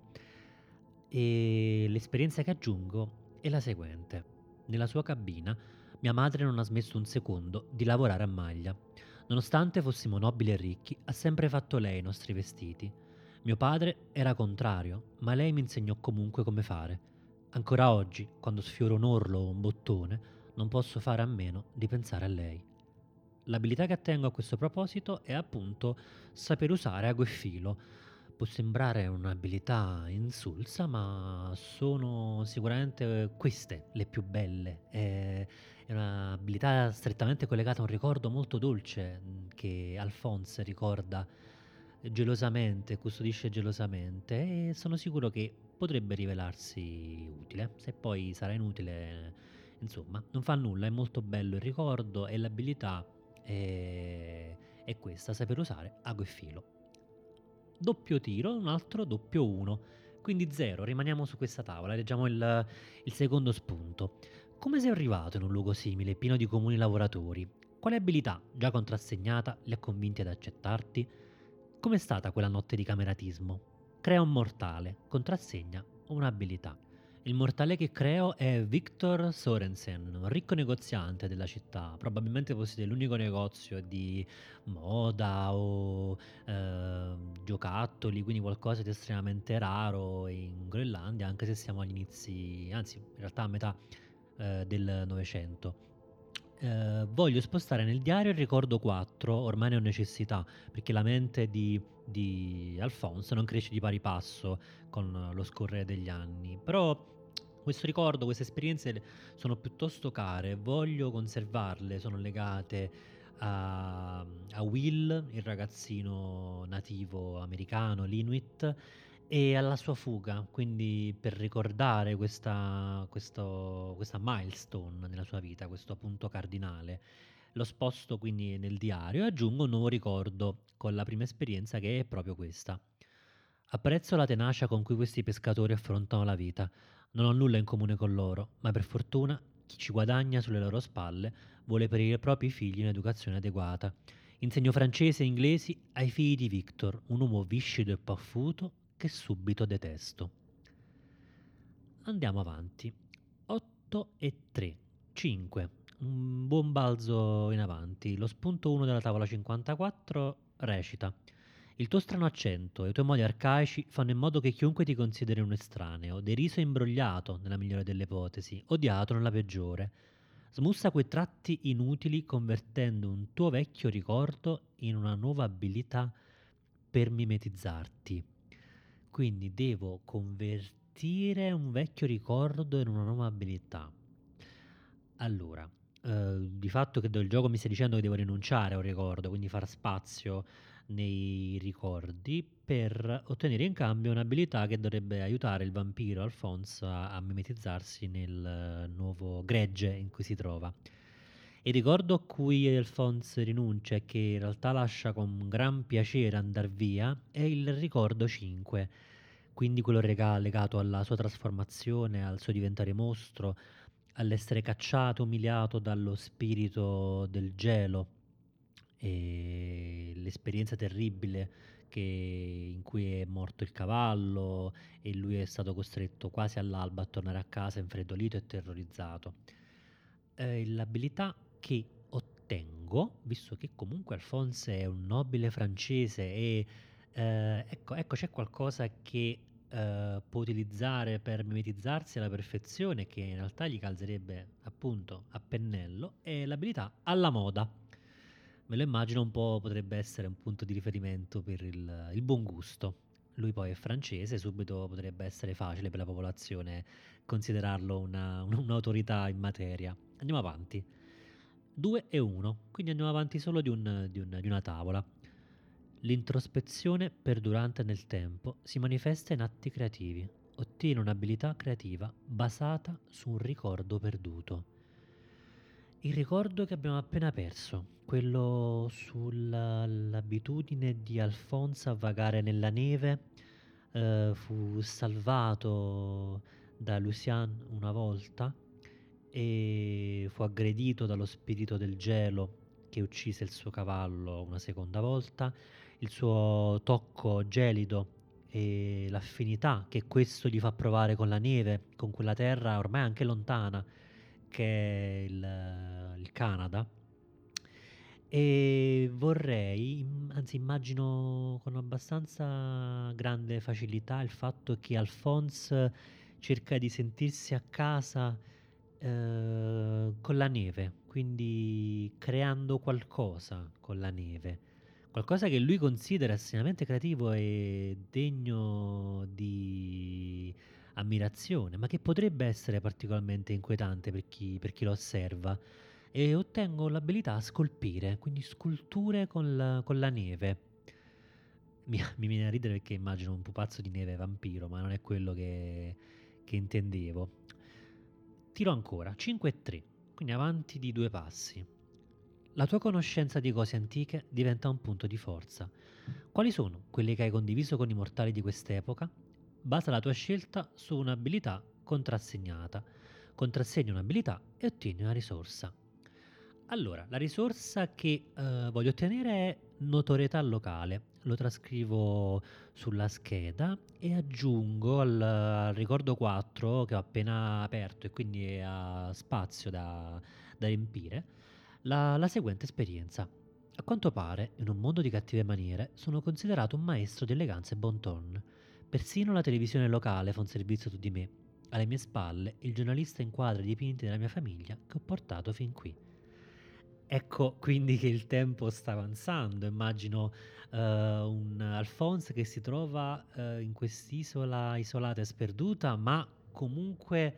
E l'esperienza che aggiungo è la seguente. Nella sua cabina mia madre non ha smesso un secondo di lavorare a maglia. Nonostante fossimo nobili e ricchi, ha sempre fatto lei i nostri vestiti. Mio padre era contrario, ma lei mi insegnò comunque come fare. Ancora oggi, quando sfioro un orlo o un bottone, non posso fare a meno di pensare a lei. L'abilità che attengo a questo proposito è appunto saper usare ago e filo. Può sembrare un'abilità insulsa, ma sono sicuramente queste le più belle. È un'abilità strettamente collegata a un ricordo molto dolce che Alphonse ricorda gelosamente, custodisce gelosamente, e sono sicuro che potrebbe rivelarsi utile. Se poi sarà inutile, insomma, non fa nulla, è molto bello il ricordo e l'abilità è questa, saper usare ago e filo. Doppio tiro, un altro doppio 1, quindi 0, rimaniamo su questa tavola, leggiamo il secondo spunto. Come sei arrivato in un luogo simile, pieno di comuni lavoratori? Quale abilità, già contrassegnata, li ha convinti ad accettarti? Com'è stata quella notte di cameratismo? Crea un mortale, contrassegna un'abilità. Il mortale che creo è Victor Sorensen, un ricco negoziante della città. Probabilmente possiede l'unico negozio di moda o giocattoli, quindi qualcosa di estremamente raro in Groenlandia, anche se siamo agli inizi, anzi in realtà a metà del Novecento. Voglio spostare nel diario il ricordo 4, ormai ne ho necessità, perché la mente di Alphonse non cresce di pari passo con lo scorrere degli anni. Però questo ricordo, queste esperienze sono piuttosto care, voglio conservarle, sono legate a Will, il ragazzino nativo americano, l'Inuit, e alla sua fuga, quindi per ricordare questa milestone nella sua vita, questo punto cardinale, lo sposto quindi nel diario e aggiungo un nuovo ricordo con la prima esperienza, che è proprio questa. Apprezzo la tenacia con cui questi pescatori affrontano la vita. Non ho nulla in comune con loro, ma per fortuna chi ci guadagna sulle loro spalle vuole per i propri figli un'educazione adeguata. Insegno francese e inglesi ai figli di Victor, un uomo viscido e paffuto che subito detesto. Andiamo avanti. 8 e 3. 5. Un buon balzo in avanti. Lo spunto 1 della tavola 54 recita: il tuo strano accento e i tuoi modi arcaici fanno in modo che chiunque ti consideri un estraneo, deriso e imbrogliato nella migliore delle ipotesi, odiato nella peggiore. Smussa quei tratti inutili convertendo un tuo vecchio ricordo in una nuova abilità per mimetizzarti. Quindi devo convertire un vecchio ricordo in una nuova abilità. Allora, di fatto che il gioco mi stia dicendo che devo rinunciare a un ricordo, quindi far spazio nei ricordi per ottenere in cambio un'abilità che dovrebbe aiutare il vampiro Alphonse a mimetizzarsi nel nuovo gregge in cui si trova. Il ricordo a cui Alphonse rinuncia e che in realtà lascia con gran piacere andar via è il ricordo 5, quindi quello legato alla sua trasformazione, al suo diventare mostro, all'essere cacciato, umiliato dallo spirito del gelo, e l'esperienza terribile in cui è morto il cavallo e lui è stato costretto quasi all'alba a tornare a casa infreddolito e terrorizzato. L'abilità che ottengo, visto che comunque Alphonse è un nobile francese e ecco c'è qualcosa che può utilizzare per mimetizzarsi alla perfezione, che in realtà gli calzerebbe appunto a pennello, è l'abilità alla moda. Me lo immagino un po', potrebbe essere un punto di riferimento per il buon gusto. Lui poi è francese, subito potrebbe essere facile per la popolazione considerarlo un'autorità in materia. Andiamo avanti. 2 e 1, quindi andiamo avanti solo di una tavola. L'introspezione perdurante nel tempo si manifesta in atti creativi. Ottiene un'abilità creativa basata su un ricordo perduto. Il ricordo che abbiamo appena perso, quello sull'abitudine di Alphonse a vagare nella neve, fu salvato da Lucien una volta e fu aggredito dallo spirito del gelo che uccise il suo cavallo una seconda volta. Il suo tocco gelido e l'affinità che questo gli fa provare con la neve, con quella terra ormai anche lontana che è il Canada. E vorrei, anzi immagino con abbastanza grande facilità il fatto che Alphonse cerca di sentirsi a casa con la neve, quindi creando qualcosa con la neve, qualcosa che lui considera estremamente creativo e degno di ammirazione, ma che potrebbe essere particolarmente inquietante per chi lo osserva. E ottengo l'abilità a scolpire, quindi sculture con la neve. Mi viene a ridere perché immagino un pupazzo di neve vampiro, ma non è quello che intendevo. Tiro ancora, 5 e 3, quindi avanti di 2 passi. La tua conoscenza di cose antiche diventa un punto di forza. Quali sono quelle che hai condiviso con i mortali di quest'epoca? Basa la tua scelta su un'abilità contrassegnata. Contrassegna un'abilità e ottieni una risorsa. Allora, la risorsa che voglio ottenere è notorietà locale. Lo trascrivo sulla scheda e aggiungo al ricordo 4 che ho appena aperto e quindi ha spazio da riempire la seguente esperienza. A quanto pare, in un mondo di cattive maniere, sono considerato un maestro di eleganza e bon ton. Persino la televisione locale fa un servizio su di me. Alle mie spalle il giornalista inquadra i dipinti della mia famiglia che ho portato fin qui. Ecco quindi che il tempo sta avanzando, immagino un Alphonse che si trova in quest'isola isolata e sperduta, ma comunque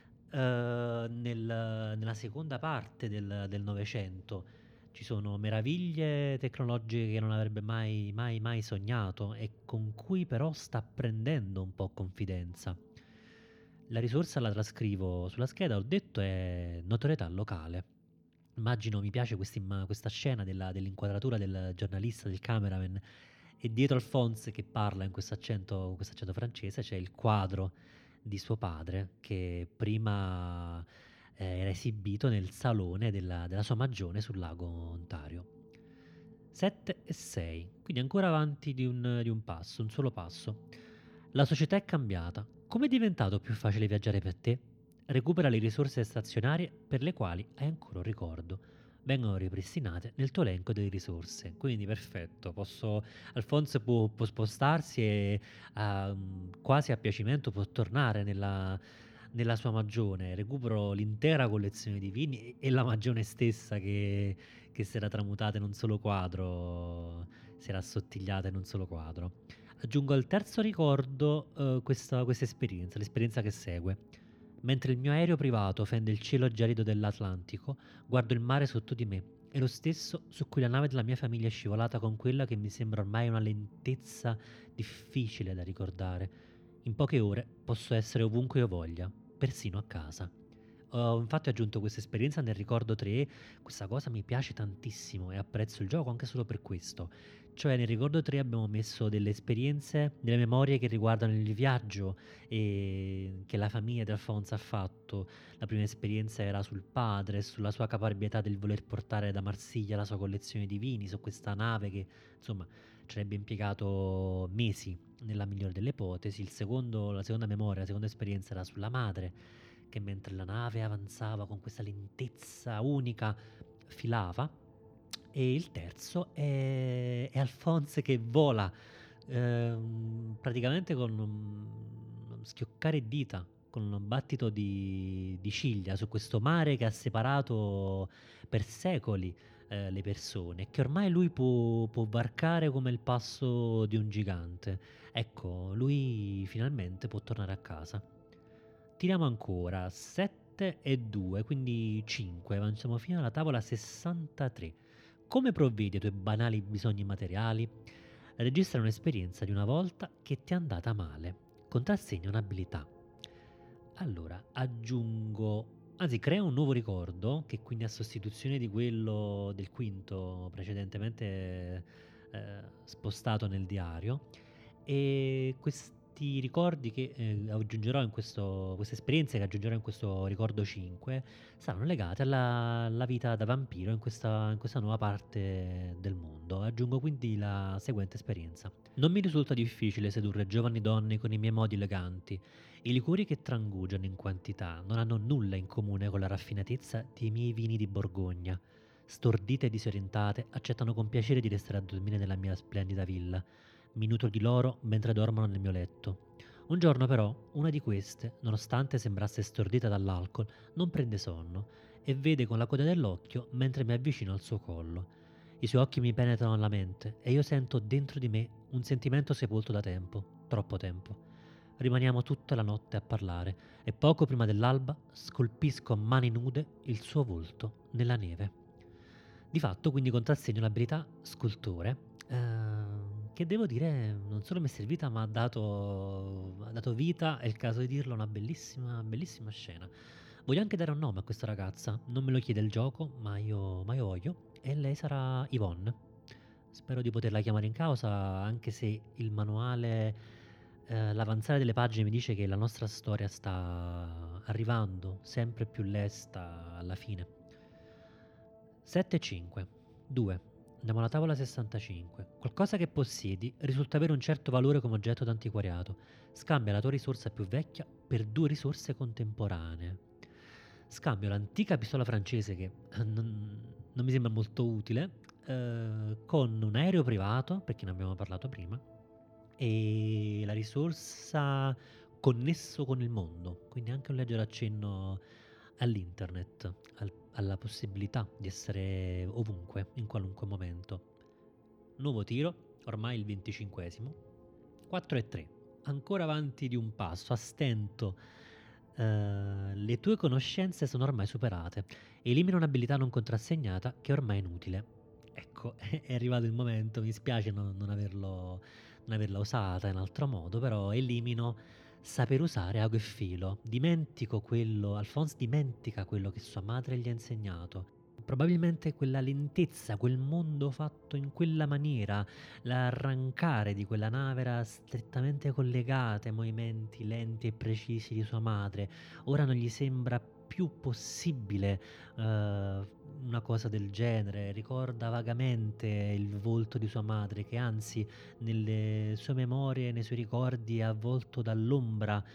nella seconda parte del Novecento. Ci sono meraviglie tecnologiche che non avrebbe mai sognato e con cui però sta prendendo un po' confidenza. La risorsa la trascrivo sulla scheda, ho detto è notorietà locale. Immagino, mi piace questa scena dell'inquadratura del giornalista, del cameraman, e dietro Alphonse che parla in questo accento francese c'è il quadro di suo padre che prima era esibito nel salone della sua magione sul lago Ontario. 7 e 6, quindi ancora avanti di un passo, un solo passo. La società è cambiata. Come è diventato più facile viaggiare per te? Recupera le risorse stazionarie per le quali hai ancora un ricordo. Vengono ripristinate nel tuo elenco delle risorse. Quindi perfetto, Alfonso può spostarsi e quasi a piacimento può tornare nella sua magione. Recupero l'intera collezione di vini e la magione stessa che si era tramutata in un solo quadro, si era assottigliata in un solo quadro. Aggiungo al terzo ricordo questa esperienza, l'esperienza che segue. Mentre il mio aereo privato fende il cielo gelido dell'Atlantico, guardo il mare sotto di me. È lo stesso su cui la nave della mia famiglia è scivolata con quella che mi sembra ormai una lentezza difficile da ricordare. In poche ore posso essere ovunque io voglia, persino a casa. Ho infatti aggiunto questa esperienza nel ricordo 3, questa cosa mi piace tantissimo e apprezzo il gioco anche solo per questo. Cioè nel ricordo 3 abbiamo messo delle esperienze, delle memorie che riguardano il viaggio che la famiglia di Alfonso ha fatto. La prima esperienza era sul padre, sulla sua caparbietà del voler portare da Marsiglia la sua collezione di vini su questa nave che insomma ci avrebbe impiegato mesi nella migliore delle ipotesi. La seconda memoria, la seconda esperienza era sulla madre che mentre la nave avanzava con questa lentezza unica filava, e il terzo è Alphonse che vola praticamente con un schioccare dita, con un battito di ciglia su questo mare che ha separato per secoli le persone, che ormai lui può varcare come il passo di un gigante. Ecco, lui finalmente può tornare a casa. Tiriamo ancora 7 e 2, quindi 5, avanziamo fino alla tavola 63. Come provvedi ai tuoi banali bisogni materiali? Registra un'esperienza di una volta che ti è andata male. Contrassegna un'abilità. Allora, aggiungo Anzi, crea un nuovo ricordo che quindi a sostituzione di quello del quinto precedentemente spostato nel diario, e questi ricordi che aggiungerò in queste esperienze che aggiungerò in questo ricordo 5 saranno legate alla vita da vampiro in questa nuova parte del mondo. Aggiungo quindi la seguente esperienza. Non mi risulta difficile sedurre giovani donne con i miei modi eleganti. I liquori che trangugiano in quantità non hanno nulla in comune con la raffinatezza dei miei vini di Borgogna. Stordite e disorientate, accettano con piacere di restare a dormire nella mia splendida villa. Mi nutro di loro mentre dormono nel mio letto. Un giorno però, una di queste, nonostante sembrasse stordita dall'alcol, non prende sonno e vede con la coda dell'occhio mentre mi avvicino al suo collo. I suoi occhi mi penetrano la mente e io sento dentro di me un sentimento sepolto da tempo, troppo tempo. Rimaniamo tutta la notte a parlare e poco prima dell'alba scolpisco a mani nude il suo volto nella neve. Di fatto quindi contrassegno l'abilità scultore, che devo dire non solo mi è servita ma ha dato vita, è il caso di dirlo, a una bellissima, bellissima scena. Voglio anche dare un nome a questa ragazza, non me lo chiede il gioco, ma io voglio, e lei sarà Yvonne. Spero di poterla chiamare in causa, anche se il manuale, l'avanzare delle pagine mi dice che la nostra storia sta arrivando sempre più lesta alla fine. 7 e 5. 2. Andiamo alla tavola 65. Qualcosa che possiedi risulta avere un certo valore come oggetto d'antiquariato. Scambia la tua risorsa più vecchia per due risorse contemporanee. Scambio l'antica pistola francese che non mi sembra molto utile, con un aereo privato, perché ne abbiamo parlato prima, e la risorsa connesso con il mondo, quindi anche un leggero accenno all'internet, alla possibilità di essere ovunque, in qualunque momento. Nuovo tiro, ormai il 25esimo. 4 e 3. Ancora avanti di un passo, a stento. Le tue conoscenze sono ormai superate. Elimina un'abilità non contrassegnata che è ormai inutile. Ecco, è arrivato il momento, mi spiace non averla usata in altro modo, però elimino saper usare ago e filo. Alphonse dimentica quello che sua madre gli ha insegnato. Probabilmente quella lentezza, quel mondo fatto in quella maniera, l'arrancare di quella nave era strettamente collegata ai movimenti lenti e precisi di sua madre. Ora non gli sembra più possibile una cosa del genere. Ricorda vagamente il volto di sua madre, che anzi nelle sue memorie, nei suoi ricordi è avvolto dall'ombra.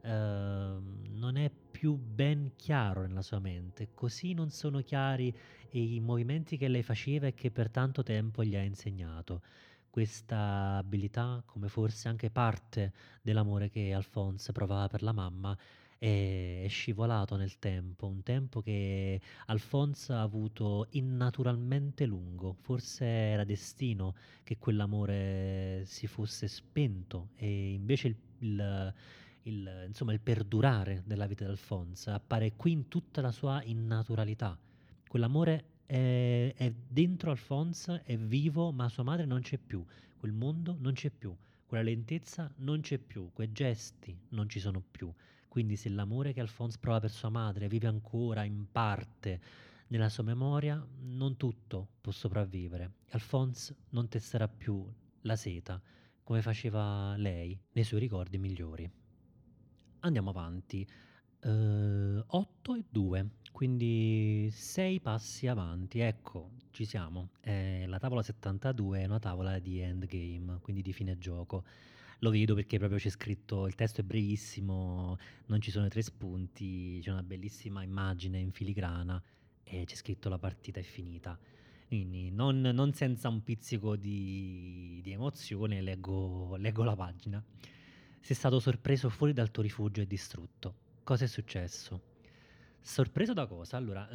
Non è più ben chiaro nella sua mente, così non sono chiari i movimenti che lei faceva e che per tanto tempo gli ha insegnato. Questa abilità, come forse anche parte dell'amore che Alphonse provava per la mamma, è scivolato nel tempo, un tempo che Alphonse ha avuto innaturalmente lungo. Forse era destino che quell'amore si fosse spento, e invece insomma, il perdurare della vita di Alphonse appare qui in tutta la sua innaturalità. Quell'amore è dentro Alphonse, è vivo, ma sua madre non c'è più, quel mondo non c'è più, quella lentezza non c'è più, quei gesti non ci sono più. Quindi se l'amore che Alphonse prova per sua madre vive ancora in parte nella sua memoria, non tutto può sopravvivere. Alphonse non tesserà più la seta come faceva lei nei suoi ricordi migliori. Andiamo avanti. 8 e 2, quindi 6 passi avanti. Ecco, ci siamo. La tavola 72 è una tavola di endgame, quindi di fine gioco. Lo vedo perché proprio c'è scritto, il testo è brevissimo, non ci sono i 3 spunti, c'è una bellissima immagine in filigrana e c'è scritto la partita è finita. Quindi non senza un pizzico di emozione leggo la pagina. Sei stato sorpreso fuori dal tuo rifugio e distrutto. Cosa è successo? Sorpreso da cosa? Allora,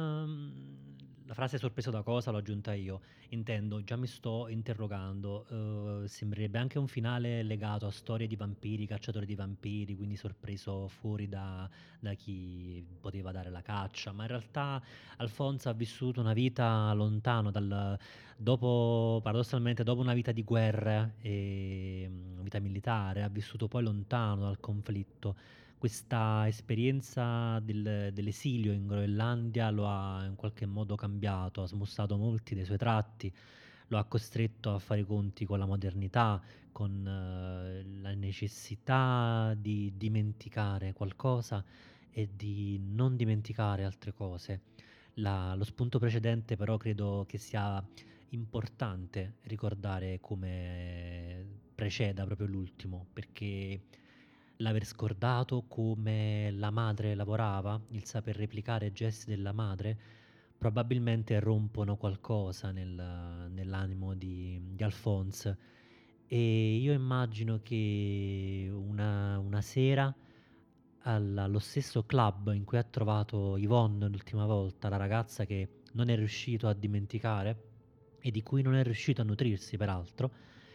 la frase sorpreso da cosa l'ho aggiunta io. Intendo, già mi sto interrogando. Sembrerebbe anche un finale legato a storie di vampiri, cacciatori di vampiri, quindi sorpreso fuori da chi poteva dare la caccia. Ma in realtà Alfonso ha vissuto una vita lontano paradossalmente, dopo una vita di guerre e vita militare, ha vissuto poi lontano dal conflitto. questa esperienza dell'esilio in Groenlandia lo ha in qualche modo cambiato, ha smussato molti dei suoi tratti, lo ha costretto a fare i conti con la modernità, con la necessità di dimenticare qualcosa e di non dimenticare altre cose. Lo spunto precedente però credo che sia importante ricordare come preceda proprio l'ultimo, perché l'aver scordato come la madre lavorava, il saper replicare i gesti della madre, probabilmente rompono qualcosa nell'animo di Alphonse. E io immagino che una sera allo stesso club in cui ha trovato Yvonne l'ultima volta, la ragazza che non è riuscito a dimenticare e di cui non è riuscito a nutrirsi peraltro,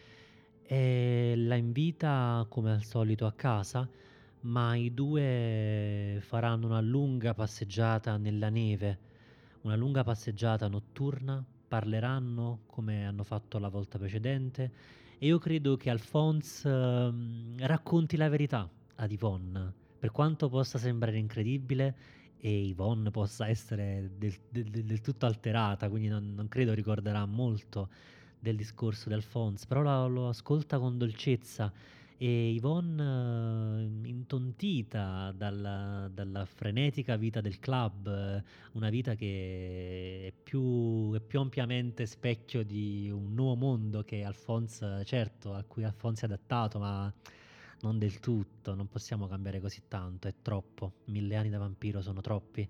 e la invita come al solito a casa, ma i due faranno una lunga passeggiata nella neve, una lunga passeggiata notturna, parleranno come hanno fatto la volta precedente e io credo che Alphonse racconti la verità ad Yvonne, per quanto possa sembrare incredibile e Yvonne possa essere del tutto alterata, quindi non credo ricorderà molto del discorso di Alphonse, però lo ascolta con dolcezza e Yvonne, intontita dalla frenetica vita del club, una vita che è più ampiamente specchio di un nuovo mondo che Alphonse, certo, a cui Alphonse è adattato, ma non del tutto, non possiamo cambiare così tanto, è troppo, 1000 anni da vampiro sono troppi.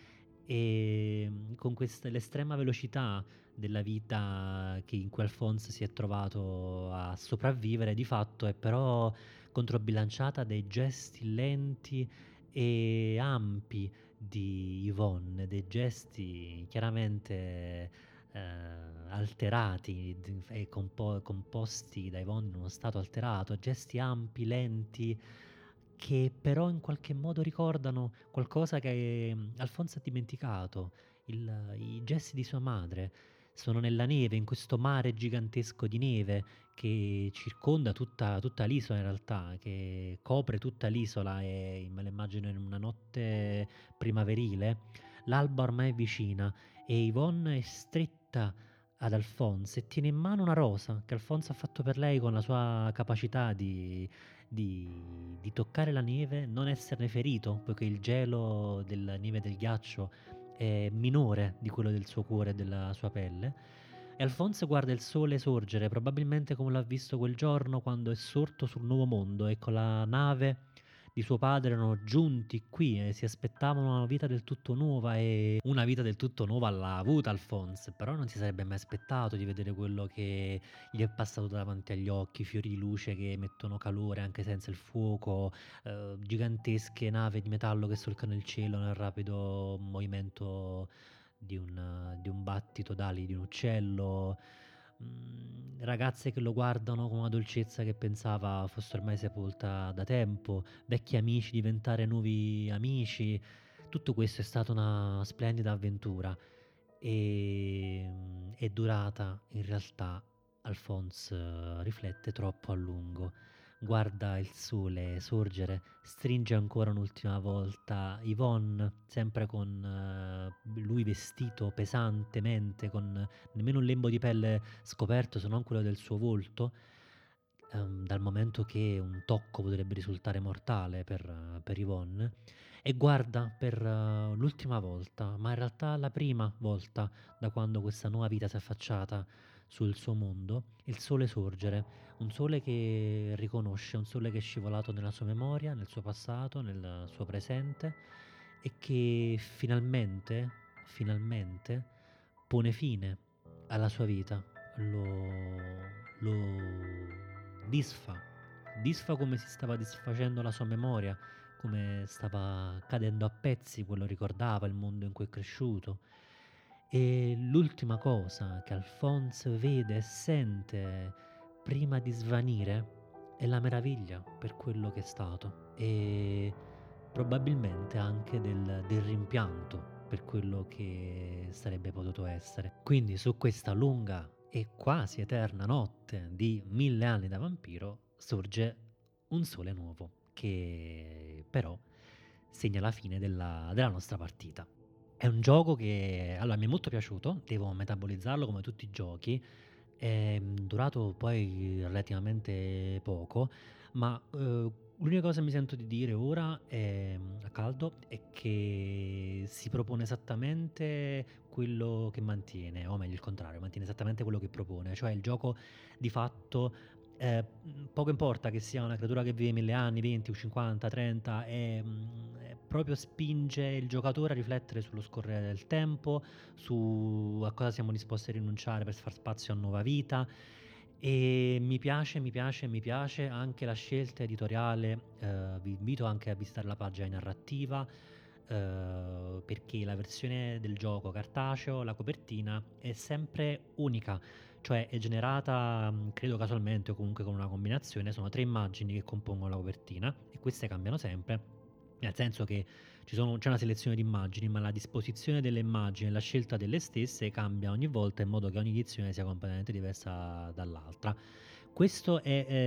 E con l'estrema velocità della vita in cui Alphonse si è trovato a sopravvivere, di fatto è però controbilanciata dai gesti lenti e ampi di Yvonne, dei gesti chiaramente alterati e composti da Yvonne in uno stato alterato, gesti ampi, lenti, che però in qualche modo ricordano qualcosa che Alfonso ha dimenticato, i gesti di sua madre. Sono nella neve, in questo mare gigantesco di neve che circonda tutta l'isola in realtà, che copre tutta l'isola e me lo immagino in una notte primaverile. L'alba ormai è vicina e Yvonne è stretta ad Alphonse e tiene in mano una rosa che Alphonse ha fatto per lei con la sua capacità di toccare la neve, non esserne ferito, poiché il gelo della neve e del ghiaccio è minore di quello del suo cuore e della sua pelle. E Alphonse guarda il sole sorgere, probabilmente come l'ha visto quel giorno quando è sorto sul nuovo mondo e con la nave di suo padre erano giunti qui e si aspettavano una vita del tutto nuova e una vita del tutto nuova l'ha avuta Alphonse, però non si sarebbe mai aspettato di vedere quello che gli è passato davanti agli occhi, fiori di luce che emettono calore anche senza il fuoco, gigantesche navi di metallo che solcano il cielo nel rapido movimento di un battito d'ali di un uccello, ragazze che lo guardano con una dolcezza che pensava fosse ormai sepolta da tempo, vecchi amici diventare nuovi amici. Tutto questo è stata una splendida avventura e è durata in realtà, Alphonse riflette troppo a lungo, guarda il sole sorgere, stringe ancora un'ultima volta Yvonne, sempre con lui vestito pesantemente, con nemmeno un lembo di pelle scoperto se non quello del suo volto, dal momento che un tocco potrebbe risultare mortale per Yvonne, e guarda per l'ultima volta, ma in realtà la prima volta da quando questa nuova vita si è affacciata sul suo mondo, il sole sorgere, un sole che riconosce, un sole che è scivolato nella sua memoria, nel suo passato, nel suo presente e che finalmente pone fine alla sua vita, lo disfa come si stava disfacendo la sua memoria, come stava cadendo a pezzi quello ricordava, il mondo in cui è cresciuto. E l'ultima cosa che Alphonse vede e sente prima di svanire è la meraviglia per quello che è stato e probabilmente anche del rimpianto per quello che sarebbe potuto essere. Quindi su questa lunga e quasi eterna notte di 1000 anni da vampiro sorge un sole nuovo. che però segna la fine della nostra partita. È un gioco che allora mi è molto piaciuto, devo metabolizzarlo come tutti i giochi, è durato poi relativamente poco, ma l'unica cosa che mi sento di dire ora a caldo è che si propone esattamente quello che mantiene, o meglio il contrario, mantiene esattamente quello che propone, cioè il gioco di fatto poco importa che sia una creatura che vive 1000 anni, 20 o 50, 30, proprio spinge il giocatore a riflettere sullo scorrere del tempo, su a cosa siamo disposti a rinunciare per far spazio a nuova vita. E mi piace anche la scelta editoriale. Vi invito anche a visitare la pagina narrativa, perché la versione del gioco cartaceo, la copertina, è sempre unica, cioè è generata, credo casualmente o comunque con una combinazione, sono 3 immagini che compongono la copertina e queste cambiano sempre, nel senso che c'è una selezione di immagini, ma la disposizione delle immagini e la scelta delle stesse cambia ogni volta in modo che ogni edizione sia completamente diversa dall'altra. Questo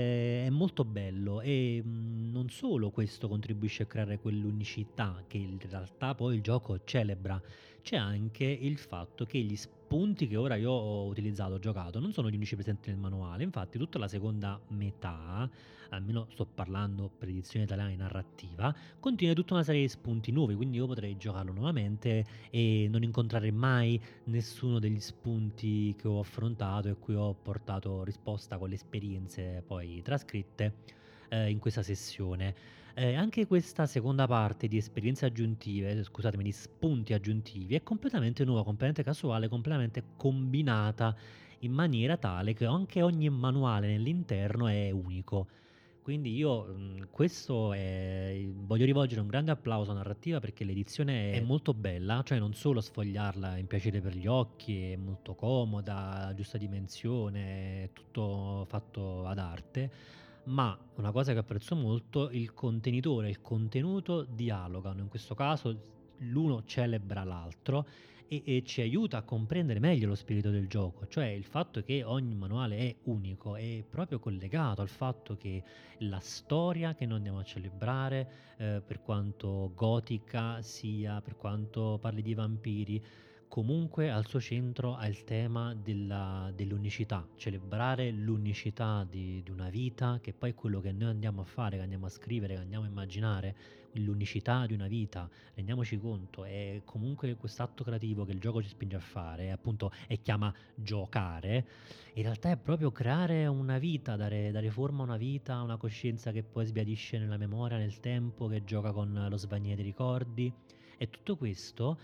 è molto bello e non solo questo contribuisce a creare quell'unicità che in realtà poi il gioco celebra, c'è anche il fatto che gli spunti che ora io ho utilizzato, ho giocato, non sono gli unici presenti nel manuale, infatti tutta la seconda metà, almeno sto parlando per edizione italiana in narrativa, contiene tutta una serie di spunti nuovi, quindi io potrei giocarlo nuovamente e non incontrare mai nessuno degli spunti che ho affrontato e cui ho portato risposta con le esperienze poi trascritte in questa sessione. Anche questa seconda parte di esperienze aggiuntive, scusatemi, di spunti aggiuntivi, è completamente nuova, completamente casuale, completamente combinata in maniera tale che anche ogni manuale nell'interno è unico. Quindi io questo voglio rivolgere un grande applauso a Narrativa perché l'edizione è molto bella, cioè non solo sfogliarla è un piacere per gli occhi, è molto comoda, giusta dimensione, è tutto fatto ad arte, ma una cosa che apprezzo molto, il contenitore e il contenuto dialogano, in questo caso l'uno celebra l'altro e ci aiuta a comprendere meglio lo spirito del gioco, cioè il fatto che ogni manuale è unico, è proprio collegato al fatto che la storia che noi andiamo a celebrare, per quanto gotica sia, per quanto parli di vampiri, comunque al suo centro ha il tema dell'unicità, celebrare l'unicità di una vita, che poi è quello che noi andiamo a fare, che andiamo a scrivere, che andiamo a immaginare, l'unicità di una vita, rendiamoci conto, è comunque quest'atto creativo che il gioco ci spinge a fare, appunto, e chiama giocare, in realtà è proprio creare una vita, dare forma a una vita, una coscienza che poi sbiadisce nella memoria, nel tempo, che gioca con lo svanire dei ricordi. E tutto questo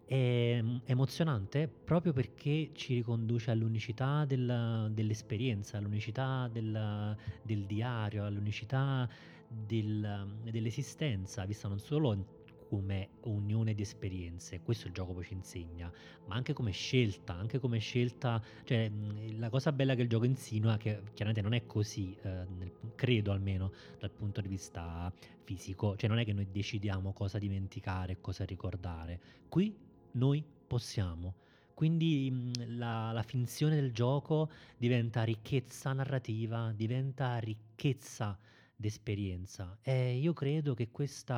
è emozionante proprio perché ci riconduce all'unicità dell'esperienza, all'unicità del diario, all'unicità dell'esistenza, vista non solo come unione di esperienze, questo il gioco poi ci insegna, ma anche come scelta, cioè la cosa bella che il gioco insinua, che chiaramente non è così, credo almeno dal punto di vista fisico, cioè non è che noi decidiamo cosa dimenticare e cosa ricordare, qui noi possiamo. Quindi la finzione del gioco diventa ricchezza narrativa, diventa ricchezza d'esperienza e io credo che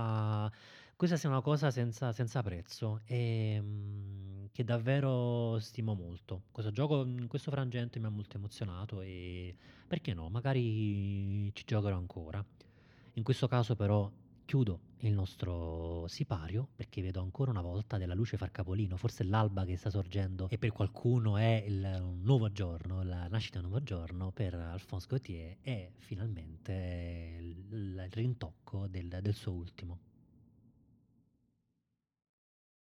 questa sia una cosa senza prezzo e che davvero stimo molto. Questo gioco in questo frangente mi ha molto emozionato e perché no, magari ci giocherò ancora. In questo caso però chiudo il nostro sipario perché vedo ancora una volta della luce far capolino, forse è l'alba che sta sorgendo e per qualcuno è un nuovo giorno, la nascita di un nuovo giorno, per Alphonse Gautier è finalmente il rintocco del suo ultimo.